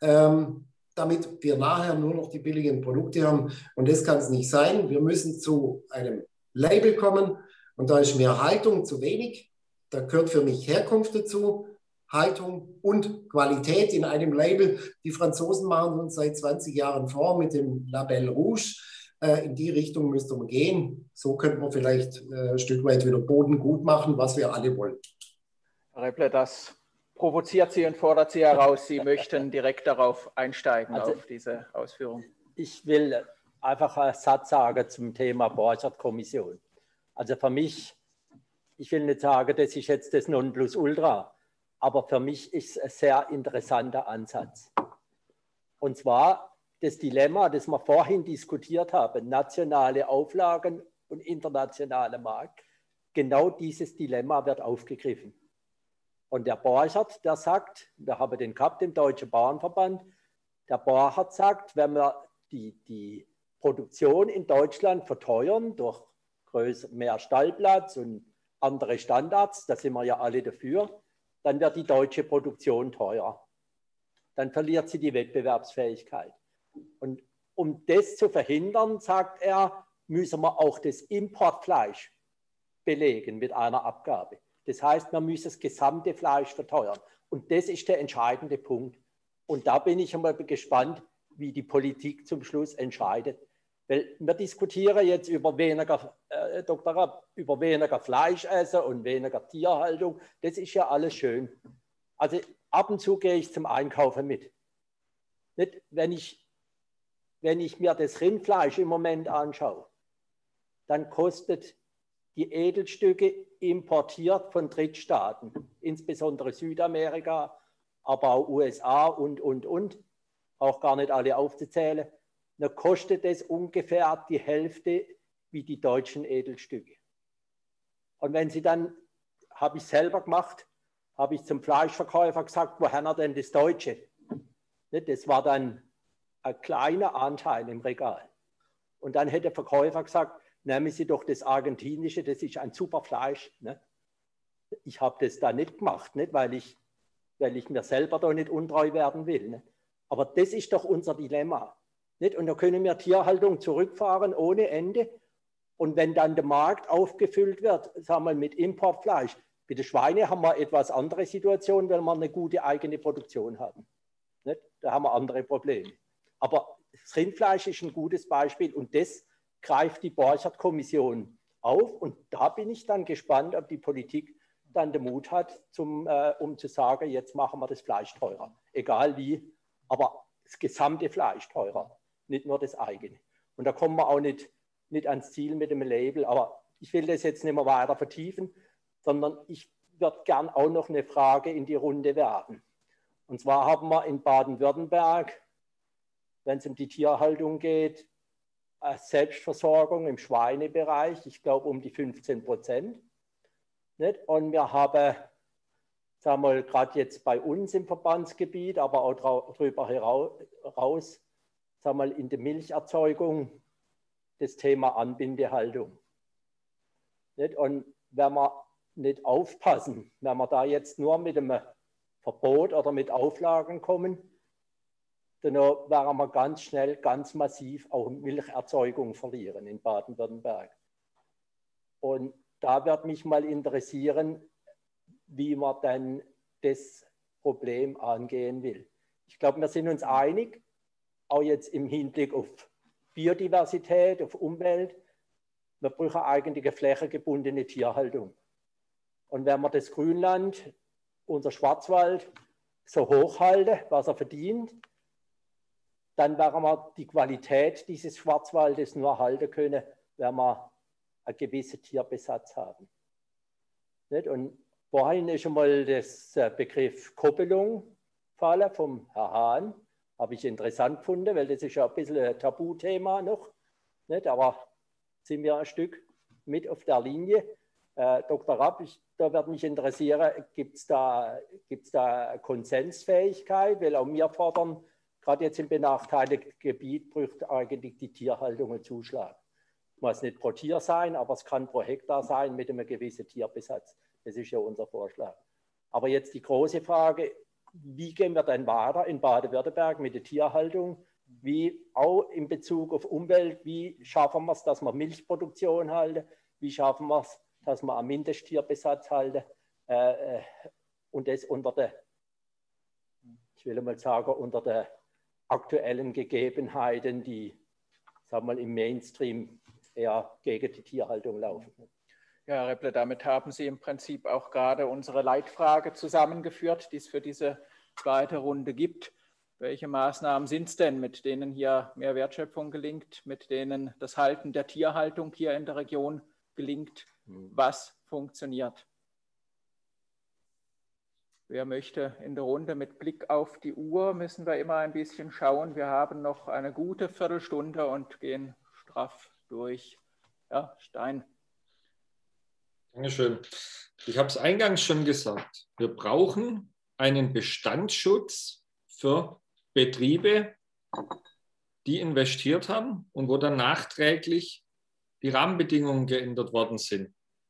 damit wir nachher nur noch die billigen Produkte haben. Und das kann es nicht sein. Wir müssen zu einem Label kommen und da ist mehr Haltung zu wenig. Da gehört für mich Herkunft dazu, Haltung und Qualität in einem Label. Die Franzosen machen uns seit 20 Jahren vor mit dem Label Rouge. In die Richtung müsste man gehen. So könnte man vielleicht ein Stück weit wieder Boden gut machen, was wir alle wollen. Herr Repple, das provoziert Sie und fordert Sie heraus. Sie möchten direkt darauf einsteigen, also, auf diese Ausführung. Ich will einfach einen Satz sagen zum Thema Borchert-Kommission. Also für mich, ich will nicht sagen, das ist jetzt das Nonplusultra, aber für mich ist es ein sehr interessanter Ansatz. Und zwar das Dilemma, das wir vorhin diskutiert haben, nationale Auflagen und internationaler Markt, genau dieses Dilemma wird aufgegriffen. Und der Borchert, der sagt, wir haben den gehabt im Deutschen Bauernverband, der Borchert sagt, wenn wir die Produktion in Deutschland verteuern durch mehr Stallplatz und andere Standards, da sind wir ja alle dafür, dann wird die deutsche Produktion teuer. Dann verliert sie die Wettbewerbsfähigkeit. Und um das zu verhindern, sagt er, müssen wir auch das Importfleisch belegen mit einer Abgabe. Das heißt, man muss das gesamte Fleisch verteuern. Und das ist der entscheidende Punkt. Und da bin ich einmal gespannt, wie die Politik zum Schluss entscheidet. Weil wir diskutieren jetzt über weniger, Dr. Rapp, über weniger Fleischessen und weniger Tierhaltung. Das ist ja alles schön. Also ab und zu gehe ich zum Einkaufen mit. Nicht, wenn ich mir das Rindfleisch im Moment anschaue, dann kostet die Edelstücke importiert von Drittstaaten, insbesondere Südamerika, aber auch USA und, auch gar nicht alle aufzuzählen, dann kostet es ungefähr die Hälfte wie die deutschen Edelstücke. Und wenn Sie dann, habe ich selber gemacht, habe ich zum Fleischverkäufer gesagt, woher hat denn das Deutsche? Das war dann ein kleiner Anteil im Regal. Und dann hätte der Verkäufer gesagt, nehmen Sie doch das Argentinische, das ist ein super Fleisch. Ich habe das da nicht gemacht, nicht? Weil ich mir selber da nicht untreu werden will. Nicht? Aber das ist doch unser Dilemma. Nicht? Und da können wir Tierhaltung zurückfahren ohne Ende. Und wenn dann der Markt aufgefüllt wird, sagen wir mit Importfleisch, bei den Schweinen haben wir etwas andere Situation, weil wir eine gute eigene Produktion haben. Nicht? Da haben wir andere Probleme. Aber das Rindfleisch ist ein gutes Beispiel und das greift die Borchert-Kommission auf. Und da bin ich dann gespannt, ob die Politik dann den Mut hat, um zu sagen, jetzt machen wir das Fleisch teurer. Egal wie, aber das gesamte Fleisch teurer, nicht nur das eigene. Und da kommen wir auch nicht ans Ziel mit dem Label. Aber ich will das jetzt nicht mehr weiter vertiefen, sondern ich würde gern auch noch eine Frage in die Runde werfen. Und zwar haben wir in Baden-Württemberg, wenn es um die Tierhaltung geht, Selbstversorgung im Schweinebereich, ich glaube um die 15%. Und wir haben, sagen wir gerade jetzt bei uns im Verbandsgebiet, aber auch darüber hinaus, sagen wir in der Milcherzeugung, das Thema Anbindehaltung. Und wenn wir nicht aufpassen, wenn wir da jetzt nur mit einem Verbot oder mit Auflagen kommen, dann werden wir ganz schnell, ganz massiv auch Milcherzeugung verlieren in Baden-Württemberg. Und da wird mich mal interessieren, wie man dann das Problem angehen will. Ich glaube, wir sind uns einig, auch jetzt im Hinblick auf Biodiversität, auf Umwelt, wir brauchen eigentlich eine flächengebundene Tierhaltung. Und wenn wir das Grünland, unser Schwarzwald, so hochhalten, was er verdient, dann werden wir die Qualität dieses Schwarzwaldes nur halten können, wenn wir einen gewissen Tierbesatz haben. Und vorhin ist schon mal das Begriff Koppelung gefallen vom Herrn Hahn. Habe ich interessant gefunden, weil das ist ja ein bisschen ein Tabuthema noch. Aber sind wir ein Stück mit auf der Linie. Dr. Rapp, da würde mich interessieren, gibt es da Konsensfähigkeit? Weil auch wir fordern, gerade jetzt im benachteiligten Gebiet, bräuchte eigentlich die Tierhaltung einen Zuschlag. Muss nicht pro Tier sein, aber es kann pro Hektar sein mit einem gewissen Tierbesatz. Das ist ja unser Vorschlag. Aber jetzt die große Frage, wie gehen wir dann weiter in Baden-Württemberg mit der Tierhaltung? Wie auch in Bezug auf Umwelt, wie schaffen wir es, dass wir Milchproduktion halten? Wie schaffen wir es, dass wir einen Mindesttierbesatz halten? Und das unter der, ich will mal sagen, unter der aktuellen Gegebenheiten, die, sagen wir mal, im Mainstream eher gegen die Tierhaltung laufen. Ja, Herr Repple, damit haben Sie im Prinzip auch gerade unsere Leitfrage zusammengeführt, die es für diese zweite Runde gibt. Welche Maßnahmen sind es denn, mit denen hier mehr Wertschöpfung gelingt, mit denen das Halten der Tierhaltung hier in der Region gelingt? Was funktioniert? Wer möchte in der Runde? Mit Blick auf die Uhr müssen wir immer ein bisschen schauen. Wir haben noch eine gute Viertelstunde und gehen straff durch. Ja, Stein. Dankeschön. Ich habe es eingangs schon gesagt. Wir brauchen einen Bestandsschutz für Betriebe, die investiert haben und wo dann nachträglich die Rahmenbedingungen geändert worden sind.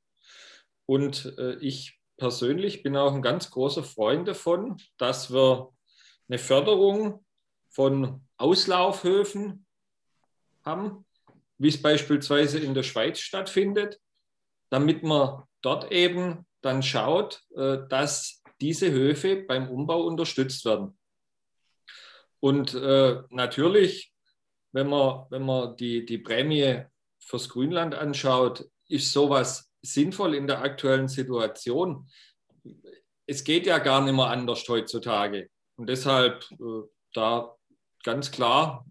Und ich persönlich bin auch ein ganz großer Freund davon, dass wir eine Förderung von Auslaufhöfen haben, wie es beispielsweise in der Schweiz stattfindet, damit man dort eben dann schaut, dass diese Höfe beim Umbau unterstützt werden. Und natürlich, wenn man die Prämie fürs Grünland anschaut, ist sowas sinnvoll in der aktuellen Situation. Es geht ja gar nicht mehr anders heutzutage. Und deshalb da ganz klar,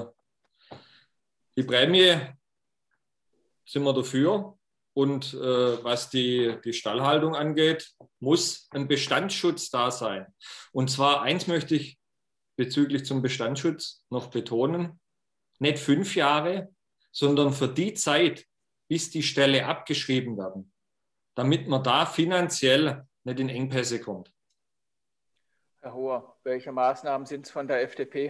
die Prämie sind wir dafür. Und was die Stallhaltung angeht, muss ein Bestandsschutz da sein. Und zwar eins möchte ich bezüglich zum Bestandsschutz noch betonen, nicht 5 Jahre, sondern für die Zeit, bis die Ställe abgeschrieben werden, damit man da finanziell nicht in Engpässe kommt. Herr Hoher, welche Maßnahmen sind es von der FDP?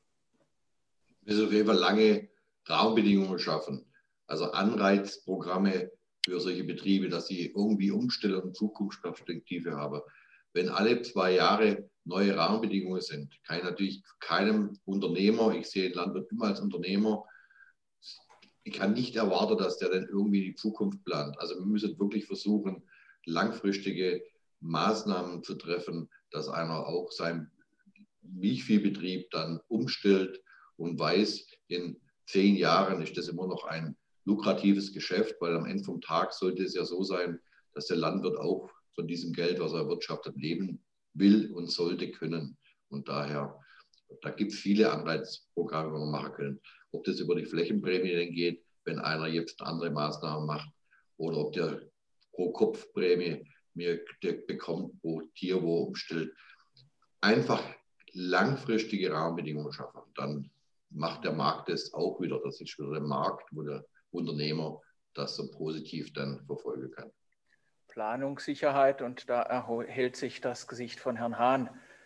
Wir müssen auf jeden Fall lange Rahmenbedingungen schaffen, also Anreizprogramme für solche Betriebe, dass sie irgendwie umstellen und Zukunftsperspektive haben. Wenn alle 2 Jahre neue Rahmenbedingungen sind, kann ich natürlich keinem Unternehmer, ich sehe den Landwirt immer als Unternehmer, ich kann nicht erwarten, dass der dann irgendwie die Zukunft plant. Also wir müssen wirklich versuchen, langfristige Maßnahmen zu treffen, dass einer auch seinen Milchviehbetrieb dann umstellt und weiß, in 10 Jahren ist das immer noch ein lukratives Geschäft, weil am Ende vom Tag sollte es ja so sein, dass der Landwirt auch von diesem Geld, was er erwirtschaftet, leben will und sollte können. Und daher, da gibt es viele Anreizprogramme, die wir machen können. Ob das über die Flächenprämie geht, wenn einer jetzt andere Maßnahmen macht, oder ob der Pro-Kopf-Prämie mir bekommt, pro Tier, wo er umstellt. Einfach langfristige Rahmenbedingungen schaffen. Dann macht der Markt das auch wieder. Das ist wieder der Markt, wo der Unternehmer das so positiv dann verfolgen kann. Planungssicherheit, und da erhält sich das Gesicht von Herrn Hahn.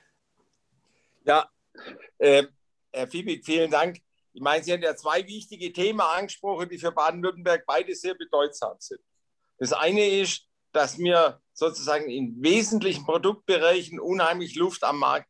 Ja, Herr Fiebig, vielen Dank. Ich meine, Sie haben ja 2 wichtige Themen angesprochen, die für Baden-Württemberg beide sehr bedeutsam sind. Das eine ist, dass wir sozusagen in wesentlichen Produktbereichen unheimlich Luft am Markt haben.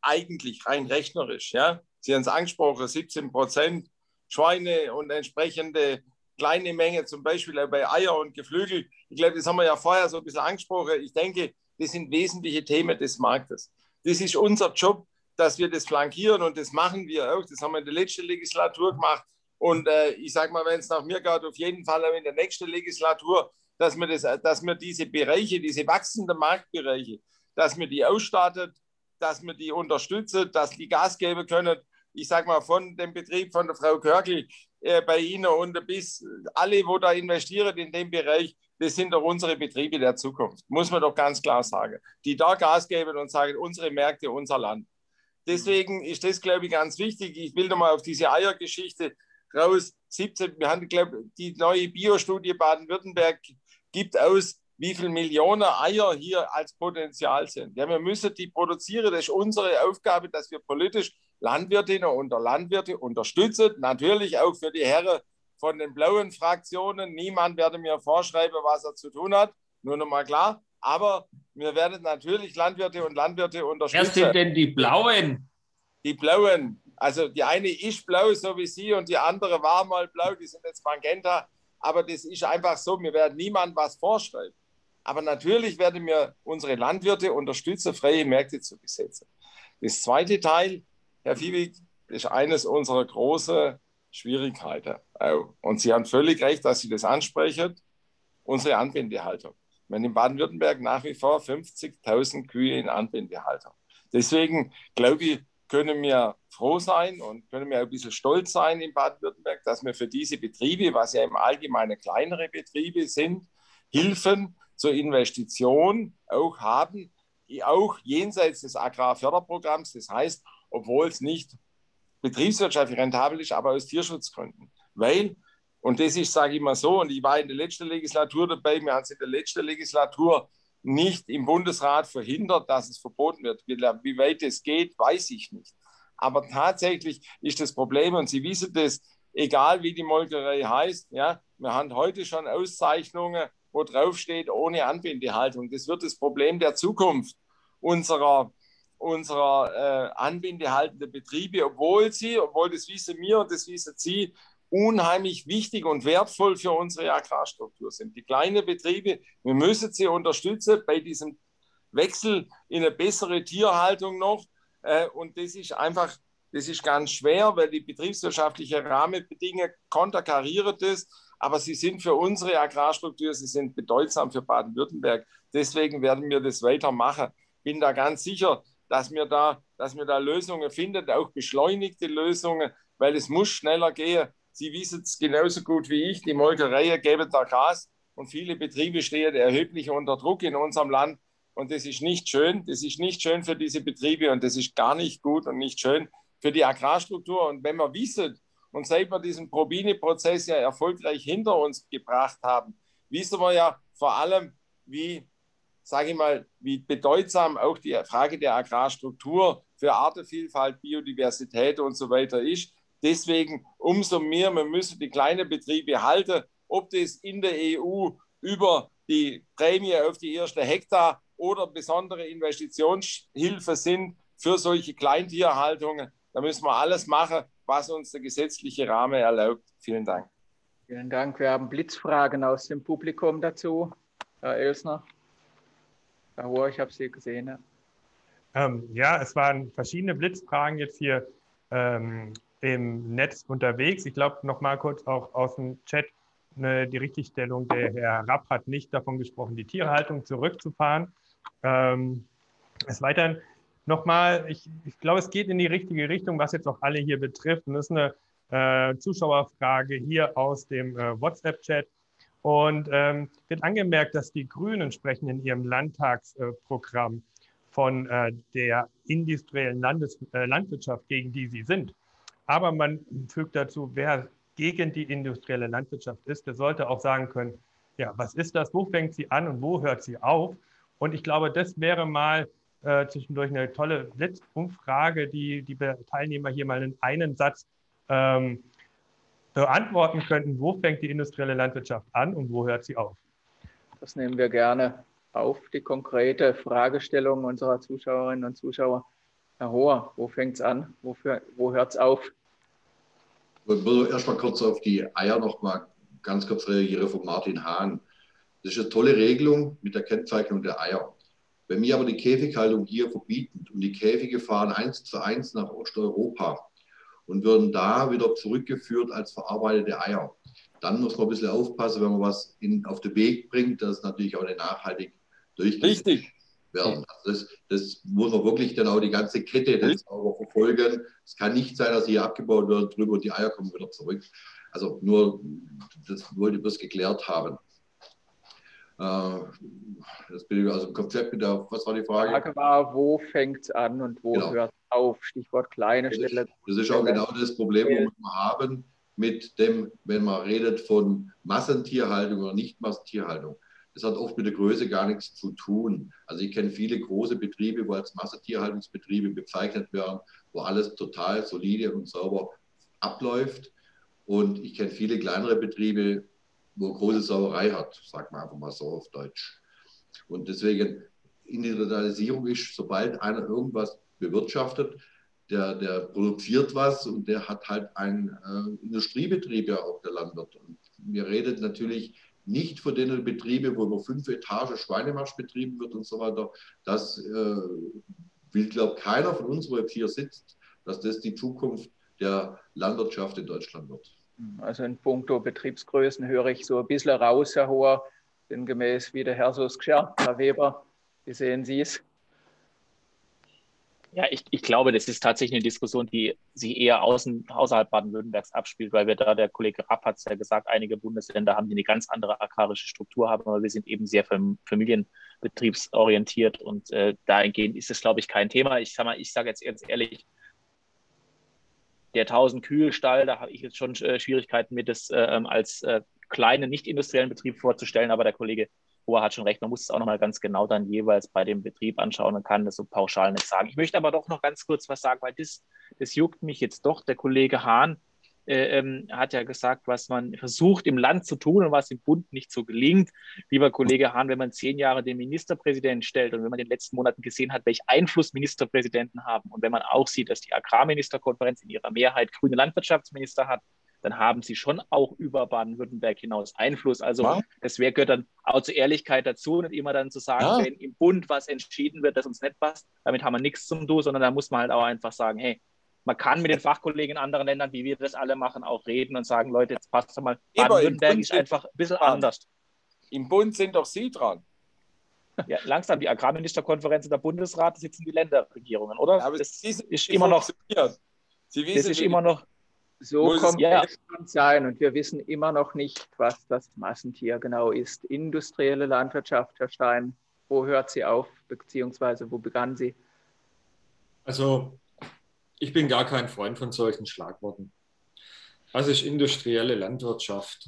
eigentlich rein rechnerisch, ja, Sie haben es angesprochen, 17% Schweine und entsprechende kleine Menge, zum Beispiel bei Eier und Geflügel. Ich glaube, das haben wir ja vorher so ein bisschen angesprochen. Ich denke, das sind wesentliche Themen des Marktes. Das ist unser Job, dass wir das flankieren und das machen wir auch. Das haben wir in der letzten Legislatur gemacht. Und ich sage mal, wenn es nach mir geht, auf jeden Fall auch in der nächsten Legislatur, dass wir diese Bereiche, diese wachsenden Marktbereiche, dass wir die ausstattet, dass wir die unterstützen, dass die Gas geben können. Ich sage mal, von dem Betrieb von der Frau Körgel bei Ihnen und bis alle, wo da investieren in dem Bereich, das sind doch unsere Betriebe der Zukunft, muss man doch ganz klar sagen, die da Gas geben und sagen, unsere Märkte, unser Land. Deswegen ist das, glaube ich, ganz wichtig. Ich will nochmal auf diese Eiergeschichte raus. Wir haben, glaube ich, die neue Biostudie Baden-Württemberg gibt aus, wie viele Millionen Eier hier als Potenzial sind. Ja, wir müssen die produzieren. Das ist unsere Aufgabe, dass wir politisch Landwirtinnen und Landwirte unterstützen. Natürlich auch für die Herren von den blauen Fraktionen. Niemand werde mir vorschreiben, was er zu tun hat. Nur noch mal klar. Aber wir werden natürlich Landwirte und Landwirte unterstützen. Wer sind denn die Blauen? Die Blauen. Also die eine ist blau, so wie Sie, und die andere war mal blau. Die sind jetzt Magenta. Aber das ist einfach so. Wir werden niemandem was vorschreiben. Aber natürlich werden wir unsere Landwirte unterstützen, freie Märkte zu besetzen. Das zweite Teil, Herr Fiebig, ist eines unserer großen Schwierigkeiten. Und Sie haben völlig recht, dass Sie das ansprechen. Unsere Anbindehaltung. Wir haben in Baden-Württemberg nach wie vor 50.000 Kühe in Anbindehaltung. Deswegen, glaube ich, können wir froh sein und können wir ein bisschen stolz sein in Baden-Württemberg, dass wir für diese Betriebe, was ja im Allgemeinen kleinere Betriebe sind, Hilfen zur Investition auch haben, die auch jenseits des Agrarförderprogramms, das heißt, obwohl es nicht betriebswirtschaftlich rentabel ist, aber aus Tierschutzgründen. Weil, und das ist, sage ich mal so, und ich war in der letzten Legislatur dabei, wir haben es in der letzten Legislatur nicht im Bundesrat verhindert, dass es verboten wird. Wie weit es geht, weiß ich nicht. Aber tatsächlich ist das Problem, und Sie wissen das, egal wie die Molkerei heißt, ja, wir haben heute schon Auszeichnungen, wo drauf steht, ohne Anbindehaltung. Das wird das Problem der Zukunft unserer anbindehaltenden Betriebe, obwohl das wissen wir und das wissen Sie, unheimlich wichtig und wertvoll für unsere Agrarstruktur sind. Die kleinen Betriebe, wir müssen sie unterstützen bei diesem Wechsel in eine bessere Tierhaltung noch. Und das ist ganz schwer, weil die betriebswirtschaftliche Rahmenbedingungen konterkarieren das. Aber sie sind für unsere Agrarstruktur, sie sind bedeutsam für Baden-Württemberg. Deswegen werden wir das weitermachen. Bin da ganz sicher, dass wir da Lösungen finden, auch beschleunigte Lösungen, weil es muss schneller gehen. Sie wissen es genauso gut wie ich, die Molkereien geben da Gas und viele Betriebe stehen erheblich unter Druck in unserem Land. Und das ist nicht schön. Das ist nicht schön für diese Betriebe und das ist gar nicht gut und nicht schön für die Agrarstruktur. Und wenn wir wissen, und seit wir diesen Probini-Prozess ja erfolgreich hinter uns gebracht haben, wissen wir ja vor allem, wie bedeutsam auch die Frage der Agrarstruktur für Artenvielfalt, Biodiversität und so weiter ist. Deswegen umso mehr, wir müssen die kleinen Betriebe halten, ob das in der EU über die Prämie auf die ersten Hektar oder besondere Investitionshilfe sind für solche Kleintierhaltungen. Da müssen wir alles machen, was uns der gesetzliche Rahmen erlaubt. Vielen Dank. Vielen Dank. Wir haben Blitzfragen aus dem Publikum dazu. Herr Elsner. Herr Hohr, ich habe Sie gesehen. Ja, es waren verschiedene Blitzfragen jetzt hier im Netz unterwegs. Ich glaube, noch mal kurz auch aus dem Chat die Richtigstellung. Der Herr Rapp hat nicht davon gesprochen, die Tierhaltung zurückzufahren. Es weiterhin nochmal, ich glaube, es geht in die richtige Richtung, was jetzt auch alle hier betrifft. Und das ist eine Zuschauerfrage hier aus dem WhatsApp-Chat. Und wird angemerkt, dass die Grünen sprechen in ihrem Landtagsprogramm von der industriellen Landwirtschaft, gegen die sie sind. Aber man fügt dazu, wer gegen die industrielle Landwirtschaft ist, der sollte auch sagen können, ja, was ist das, wo fängt sie an und wo hört sie auf? Und ich glaube, das wäre mal zwischendurch eine tolle Blitzumfrage, die Teilnehmer hier mal in einen Satz beantworten könnten, wo fängt die industrielle Landwirtschaft an und wo hört sie auf? Das nehmen wir gerne auf, die konkrete Fragestellung unserer Zuschauerinnen und Zuschauer. Herr Hoher, wo fängt es an? Wo hört es auf? Ich würde erst mal kurz auf die Eier noch mal ganz kurz reagieren von Martin Hahn. Das ist eine tolle Regelung mit der Kennzeichnung der Eier. Wenn wir aber die Käfighaltung hier verbieten und die Käfige fahren 1:1 nach Osteuropa und würden da wieder zurückgeführt als verarbeitete Eier, dann muss man ein bisschen aufpassen, wenn man was auf den Weg bringt, dass es natürlich auch nicht nachhaltig durchgeht. Richtig. Werden. Also das muss man wirklich dann auch die ganze Kette dann sauber verfolgen. Es kann nicht sein, dass sie hier abgebaut werden drüber und die Eier kommen wieder zurück. Also nur, das wollte ich bloß geklärt haben. Das bin ich also im Konzept mit der, was war die Frage? Die Frage war, wo fängt es an und wo hört es auf? Stichwort kleine Stelle. Das ist auch genau das Problem, wo wir haben mit dem, wenn man redet von Massentierhaltung oder Nicht-Massentierhaltung. Das hat oft mit der Größe gar nichts zu tun. Also ich kenne viele große Betriebe, wo als Massentierhaltungsbetriebe bezeichnet werden, wo alles total solide und sauber abläuft. Und ich kenne viele kleinere Betriebe, wo große Sauerei hat, sagt man einfach mal so auf Deutsch. Und deswegen, Individualisierung ist, sobald einer irgendwas bewirtschaftet, der produziert was und der hat halt einen Industriebetrieb, ja auch der Landwirt. Und wir reden natürlich nicht von den Betrieben, wo über 5 Etagen Schweinemarsch betrieben wird und so weiter. Das will, glaube ich, keiner von uns, wo jetzt hier sitzt, dass das die Zukunft der Landwirtschaft in Deutschland wird. Also in puncto Betriebsgrößen höre ich so ein bisschen raus, Herr Hoher, sinngemäß wie der Herr so geschert. Herr Weber, wie sehen Sie es? Ja, ich glaube, das ist tatsächlich eine Diskussion, die sich eher außerhalb Baden-Württembergs abspielt, weil wir da, der Kollege Rapp hat es ja gesagt, einige Bundesländer haben, die eine ganz andere agrarische Struktur haben, aber wir sind eben sehr familienbetriebsorientiert und dahingehend ist es, glaube ich, kein Thema. Ich sage jetzt ganz ehrlich, der 1000-Kühe-Stall, da habe ich jetzt schon Schwierigkeiten, mir das als kleinen, nicht industriellen Betrieb vorzustellen, aber der Kollege Hoher hat schon recht, man muss es auch nochmal ganz genau dann jeweils bei dem Betrieb anschauen und kann das so pauschal nicht sagen. Ich möchte aber doch noch ganz kurz was sagen, weil das juckt mich jetzt doch. Der Kollege Hahn hat ja gesagt, was man versucht im Land zu tun und was im Bund nicht so gelingt. Lieber Kollege Hahn, wenn man 10 Jahre den Ministerpräsidenten stellt und wenn man in den letzten Monaten gesehen hat, welchen Einfluss Ministerpräsidenten haben und wenn man auch sieht, dass die Agrarministerkonferenz in ihrer Mehrheit grüne Landwirtschaftsminister hat, dann haben sie schon auch über Baden-Württemberg hinaus Einfluss. Also das gehört dann auch zur Ehrlichkeit dazu, nicht immer dann zu sagen, wenn im Bund was entschieden wird, das uns nicht passt, damit haben wir nichts zum tun, sondern da muss man halt auch einfach sagen, hey, man kann mit den Fachkollegen in anderen Ländern, wie wir das alle machen, auch reden und sagen, Leute, jetzt passt doch mal, Baden-Württemberg ist einfach ein bisschen anders. Im Bund sind doch Sie dran. Ja, langsam, die Agrarministerkonferenz und der Bundesrat sitzen die Länderregierungen, oder? Ja, aber das ist immer noch... Sie wissen, das ist immer noch... So komplex kann es sein und wir wissen immer noch nicht, was das Massentier genau ist. Industrielle Landwirtschaft, Herr Stein, wo hört sie auf, beziehungsweise wo begann sie? Also ich bin gar kein Freund von solchen Schlagworten. Was ist industrielle Landwirtschaft?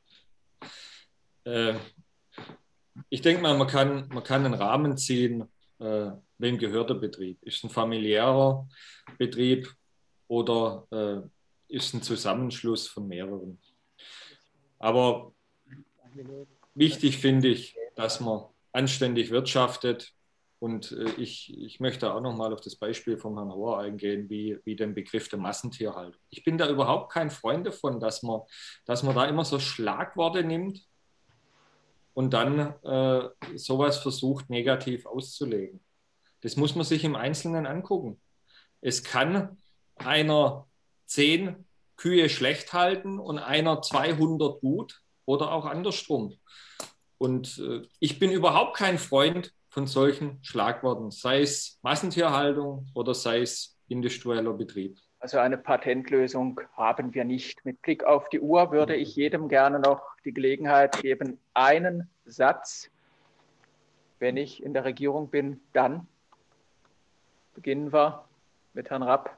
Ich denke mal, man kann einen Rahmen ziehen, wem gehört der Betrieb? Ist es ein familiärer Betrieb oder ist ein Zusammenschluss von mehreren. Aber wichtig finde ich, dass man anständig wirtschaftet. Und ich möchte auch noch mal auf das Beispiel von Herrn Hoher eingehen, wie den Begriff der Massentierhaltung. Ich bin da überhaupt kein Freund davon, dass man da immer so Schlagworte nimmt und dann sowas versucht, negativ auszulegen. Das muss man sich im Einzelnen angucken. Es kann einer 10 Kühe schlecht halten und einer 200 gut oder auch andersrum. Und ich bin überhaupt kein Freund von solchen Schlagworten, sei es Massentierhaltung oder sei es industrieller Betrieb. Also eine Patentlösung haben wir nicht. Mit Blick auf die Uhr würde ich jedem gerne noch die Gelegenheit geben, einen Satz. Wenn ich in der Regierung bin, dann beginnen wir mit Herrn Rapp.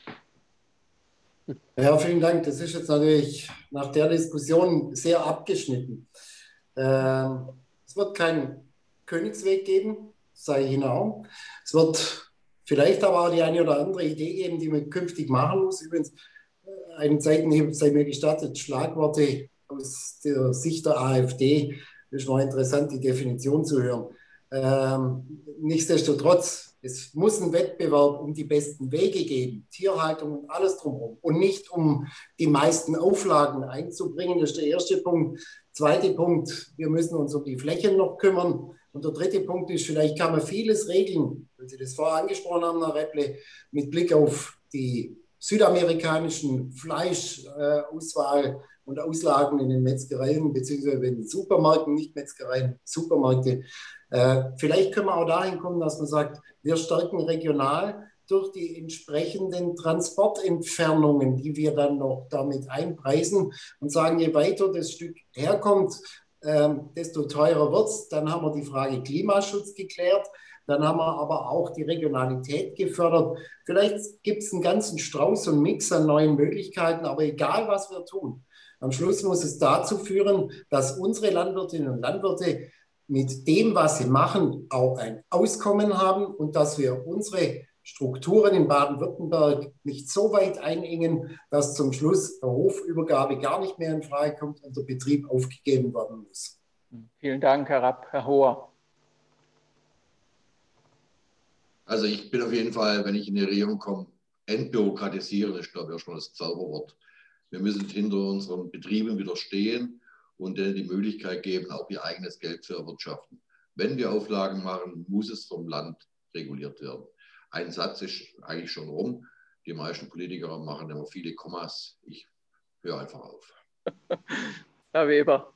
Ja, vielen Dank. Das ist jetzt natürlich nach der Diskussion sehr abgeschnitten. Es wird keinen Königsweg geben, sage ich Ihnen auch. Es wird vielleicht aber auch die eine oder andere Idee geben, die man künftig machen muss. Übrigens, einen Zeitenhieb sei mir gestattet, Schlagworte aus der Sicht der AfD. Das ist mal interessant, die Definition zu hören. Nichtsdestotrotz, Es muss einen Wettbewerb um die besten Wege geben, Tierhaltung und alles drumherum und nicht um die meisten Auflagen einzubringen. Das ist der erste Punkt. Zweiter Punkt, wir müssen uns um die Flächen noch kümmern. Und der dritte Punkt ist, vielleicht kann man vieles regeln, weil Sie das vorher angesprochen haben, Herr Repple, mit Blick auf die südamerikanischen Fleischauswahl und Auslagen in den Metzgereien, beziehungsweise in den Supermärkten, nicht Metzgereien, Supermärkte. Vielleicht können wir auch dahin kommen, dass man sagt, wir stärken regional durch die entsprechenden Transportentfernungen, die wir dann noch damit einpreisen und sagen, je weiter das Stück herkommt, desto teurer wird es. Dann haben wir die Frage Klimaschutz geklärt. Dann haben wir aber auch die Regionalität gefördert. Vielleicht gibt es einen ganzen Strauß und Mix an neuen Möglichkeiten, aber egal, was wir tun, am Schluss muss es dazu führen, dass unsere Landwirtinnen und Landwirte mit dem, was sie machen, auch ein Auskommen haben und dass wir unsere Strukturen in Baden-Württemberg nicht so weit einengen, dass zum Schluss eine Hofübergabe gar nicht mehr in Frage kommt und der Betrieb aufgegeben werden muss. Vielen Dank, Herr Rapp. Herr Hoher. Also ich bin auf jeden Fall, wenn ich in die Regierung komme, entbürokratisieren ist, glaube ich, schon das Zauberwort. Wir müssen hinter unseren Betrieben wieder stehen und denen die Möglichkeit geben, auch ihr eigenes Geld zu erwirtschaften. Wenn wir Auflagen machen, muss es vom Land reguliert werden. Ein Satz ist eigentlich schon rum. Die meisten Politiker machen immer viele Kommas. Ich höre einfach auf. Herr Weber.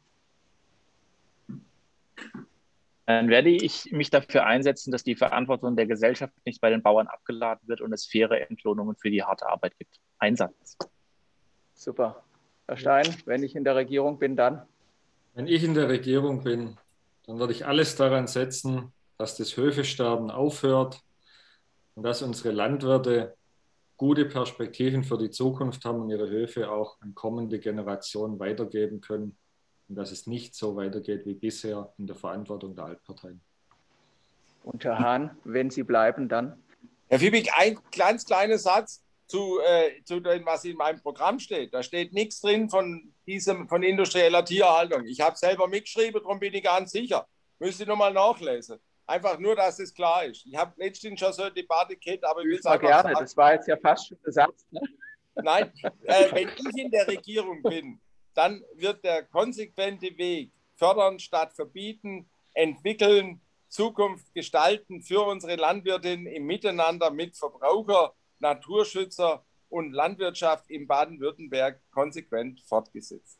Dann werde ich mich dafür einsetzen, dass die Verantwortung der Gesellschaft nicht bei den Bauern abgeladen wird und es faire Entlohnungen für die harte Arbeit gibt. Einsatz. Super. Herr Stein, wenn ich in der Regierung bin, dann? Wenn ich in der Regierung bin, dann werde ich alles daran setzen, dass das Höfesterben aufhört und dass unsere Landwirte gute Perspektiven für die Zukunft haben und ihre Höfe auch an kommende Generationen weitergeben können und dass es nicht so weitergeht wie bisher in der Verantwortung der Altparteien. Und Herr Hahn, wenn Sie bleiben, dann? Herr Fiebig, ein ganz kleiner Satz zu dem, was in meinem Programm steht. Da steht nichts drin von industrieller Tierhaltung. Ich habe selber mitgeschrieben, darum bin ich ganz sicher. Müsste ich nochmal nachlesen. Einfach nur, dass es klar ist. Ich habe letztens schon so eine Debatte gehabt, aber ich will es einfach gerne. sagen. Das war jetzt ja fast schon gesagt. Ne? Nein, wenn ich in der Regierung bin, dann wird der konsequente Weg fördern statt verbieten, entwickeln, Zukunft gestalten für unsere Landwirtinnen im Miteinander mit Verbraucher, Naturschützer und Landwirtschaft in Baden-Württemberg konsequent fortgesetzt.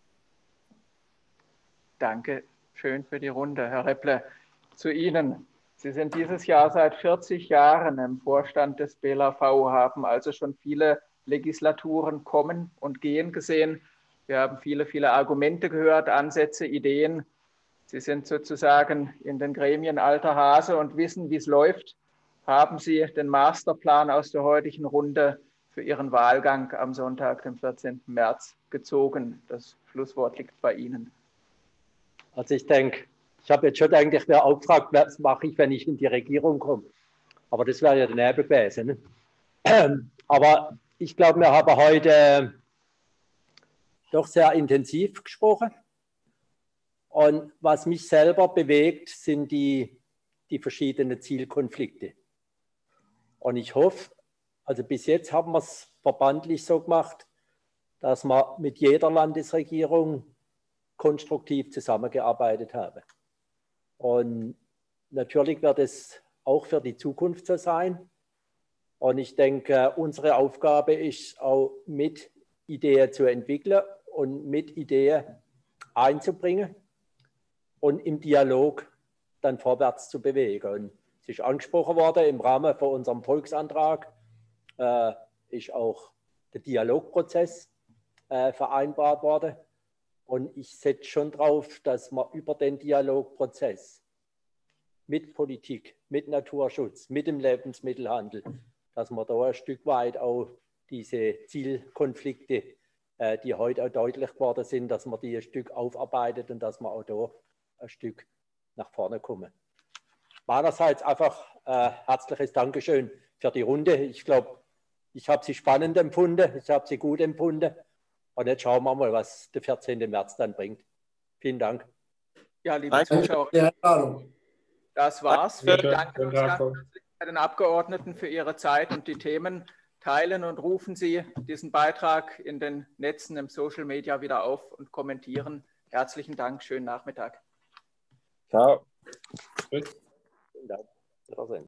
Danke schön für die Runde. Herr Repple, zu Ihnen. Sie sind dieses Jahr seit 40 Jahren im Vorstand des BLAV, haben also schon viele Legislaturen kommen und gehen gesehen. Wir haben viele Argumente gehört, Ansätze, Ideen. Sie sind sozusagen in den Gremien alter Hase und wissen, wie es läuft. Haben Sie den Masterplan aus der heutigen Runde für Ihren Wahlgang am Sonntag, dem 14. März, gezogen? Das Schlusswort liegt bei Ihnen. Also ich denke, ich habe jetzt schon eigentlich wer aufgefragt, was mache ich, wenn ich in die Regierung komme. Aber das wäre ja der Nebel gewesen. Ne? Aber ich glaube, wir haben heute doch sehr intensiv gesprochen. Und was mich selber bewegt, sind die verschiedenen Zielkonflikte. Und ich hoffe, also bis jetzt haben wir es verbandlich so gemacht, dass wir mit jeder Landesregierung konstruktiv zusammengearbeitet haben. Und natürlich wird es auch für die Zukunft so sein. Und ich denke, unsere Aufgabe ist auch, mit Ideen zu entwickeln und mit Ideen einzubringen und im Dialog dann vorwärts zu bewegen. Und es ist angesprochen worden, im Rahmen von unserem Volksantrag ist auch der Dialogprozess vereinbart worden. Und ich setze schon drauf, dass man über den Dialogprozess mit Politik, mit Naturschutz, mit dem Lebensmittelhandel, dass man da ein Stück weit auch diese Zielkonflikte, die heute auch deutlich geworden sind, dass man die ein Stück aufarbeitet und dass man auch da ein Stück nach vorne kommen. Meinerseits einfach herzliches Dankeschön für die Runde. Ich glaube, ich habe sie spannend empfunden, ich habe sie gut empfunden. Und jetzt schauen wir mal, was der 14. März dann bringt. Vielen Dank. Ja, liebe Zuschauer, das war's. Vielen Dank. den Abgeordneten für ihre Zeit und die Themen. Teilen und rufen Sie diesen Beitrag in den Netzen, im Social Media wieder auf und kommentieren. Herzlichen Dank, schönen Nachmittag. Ciao. Vielen Dank.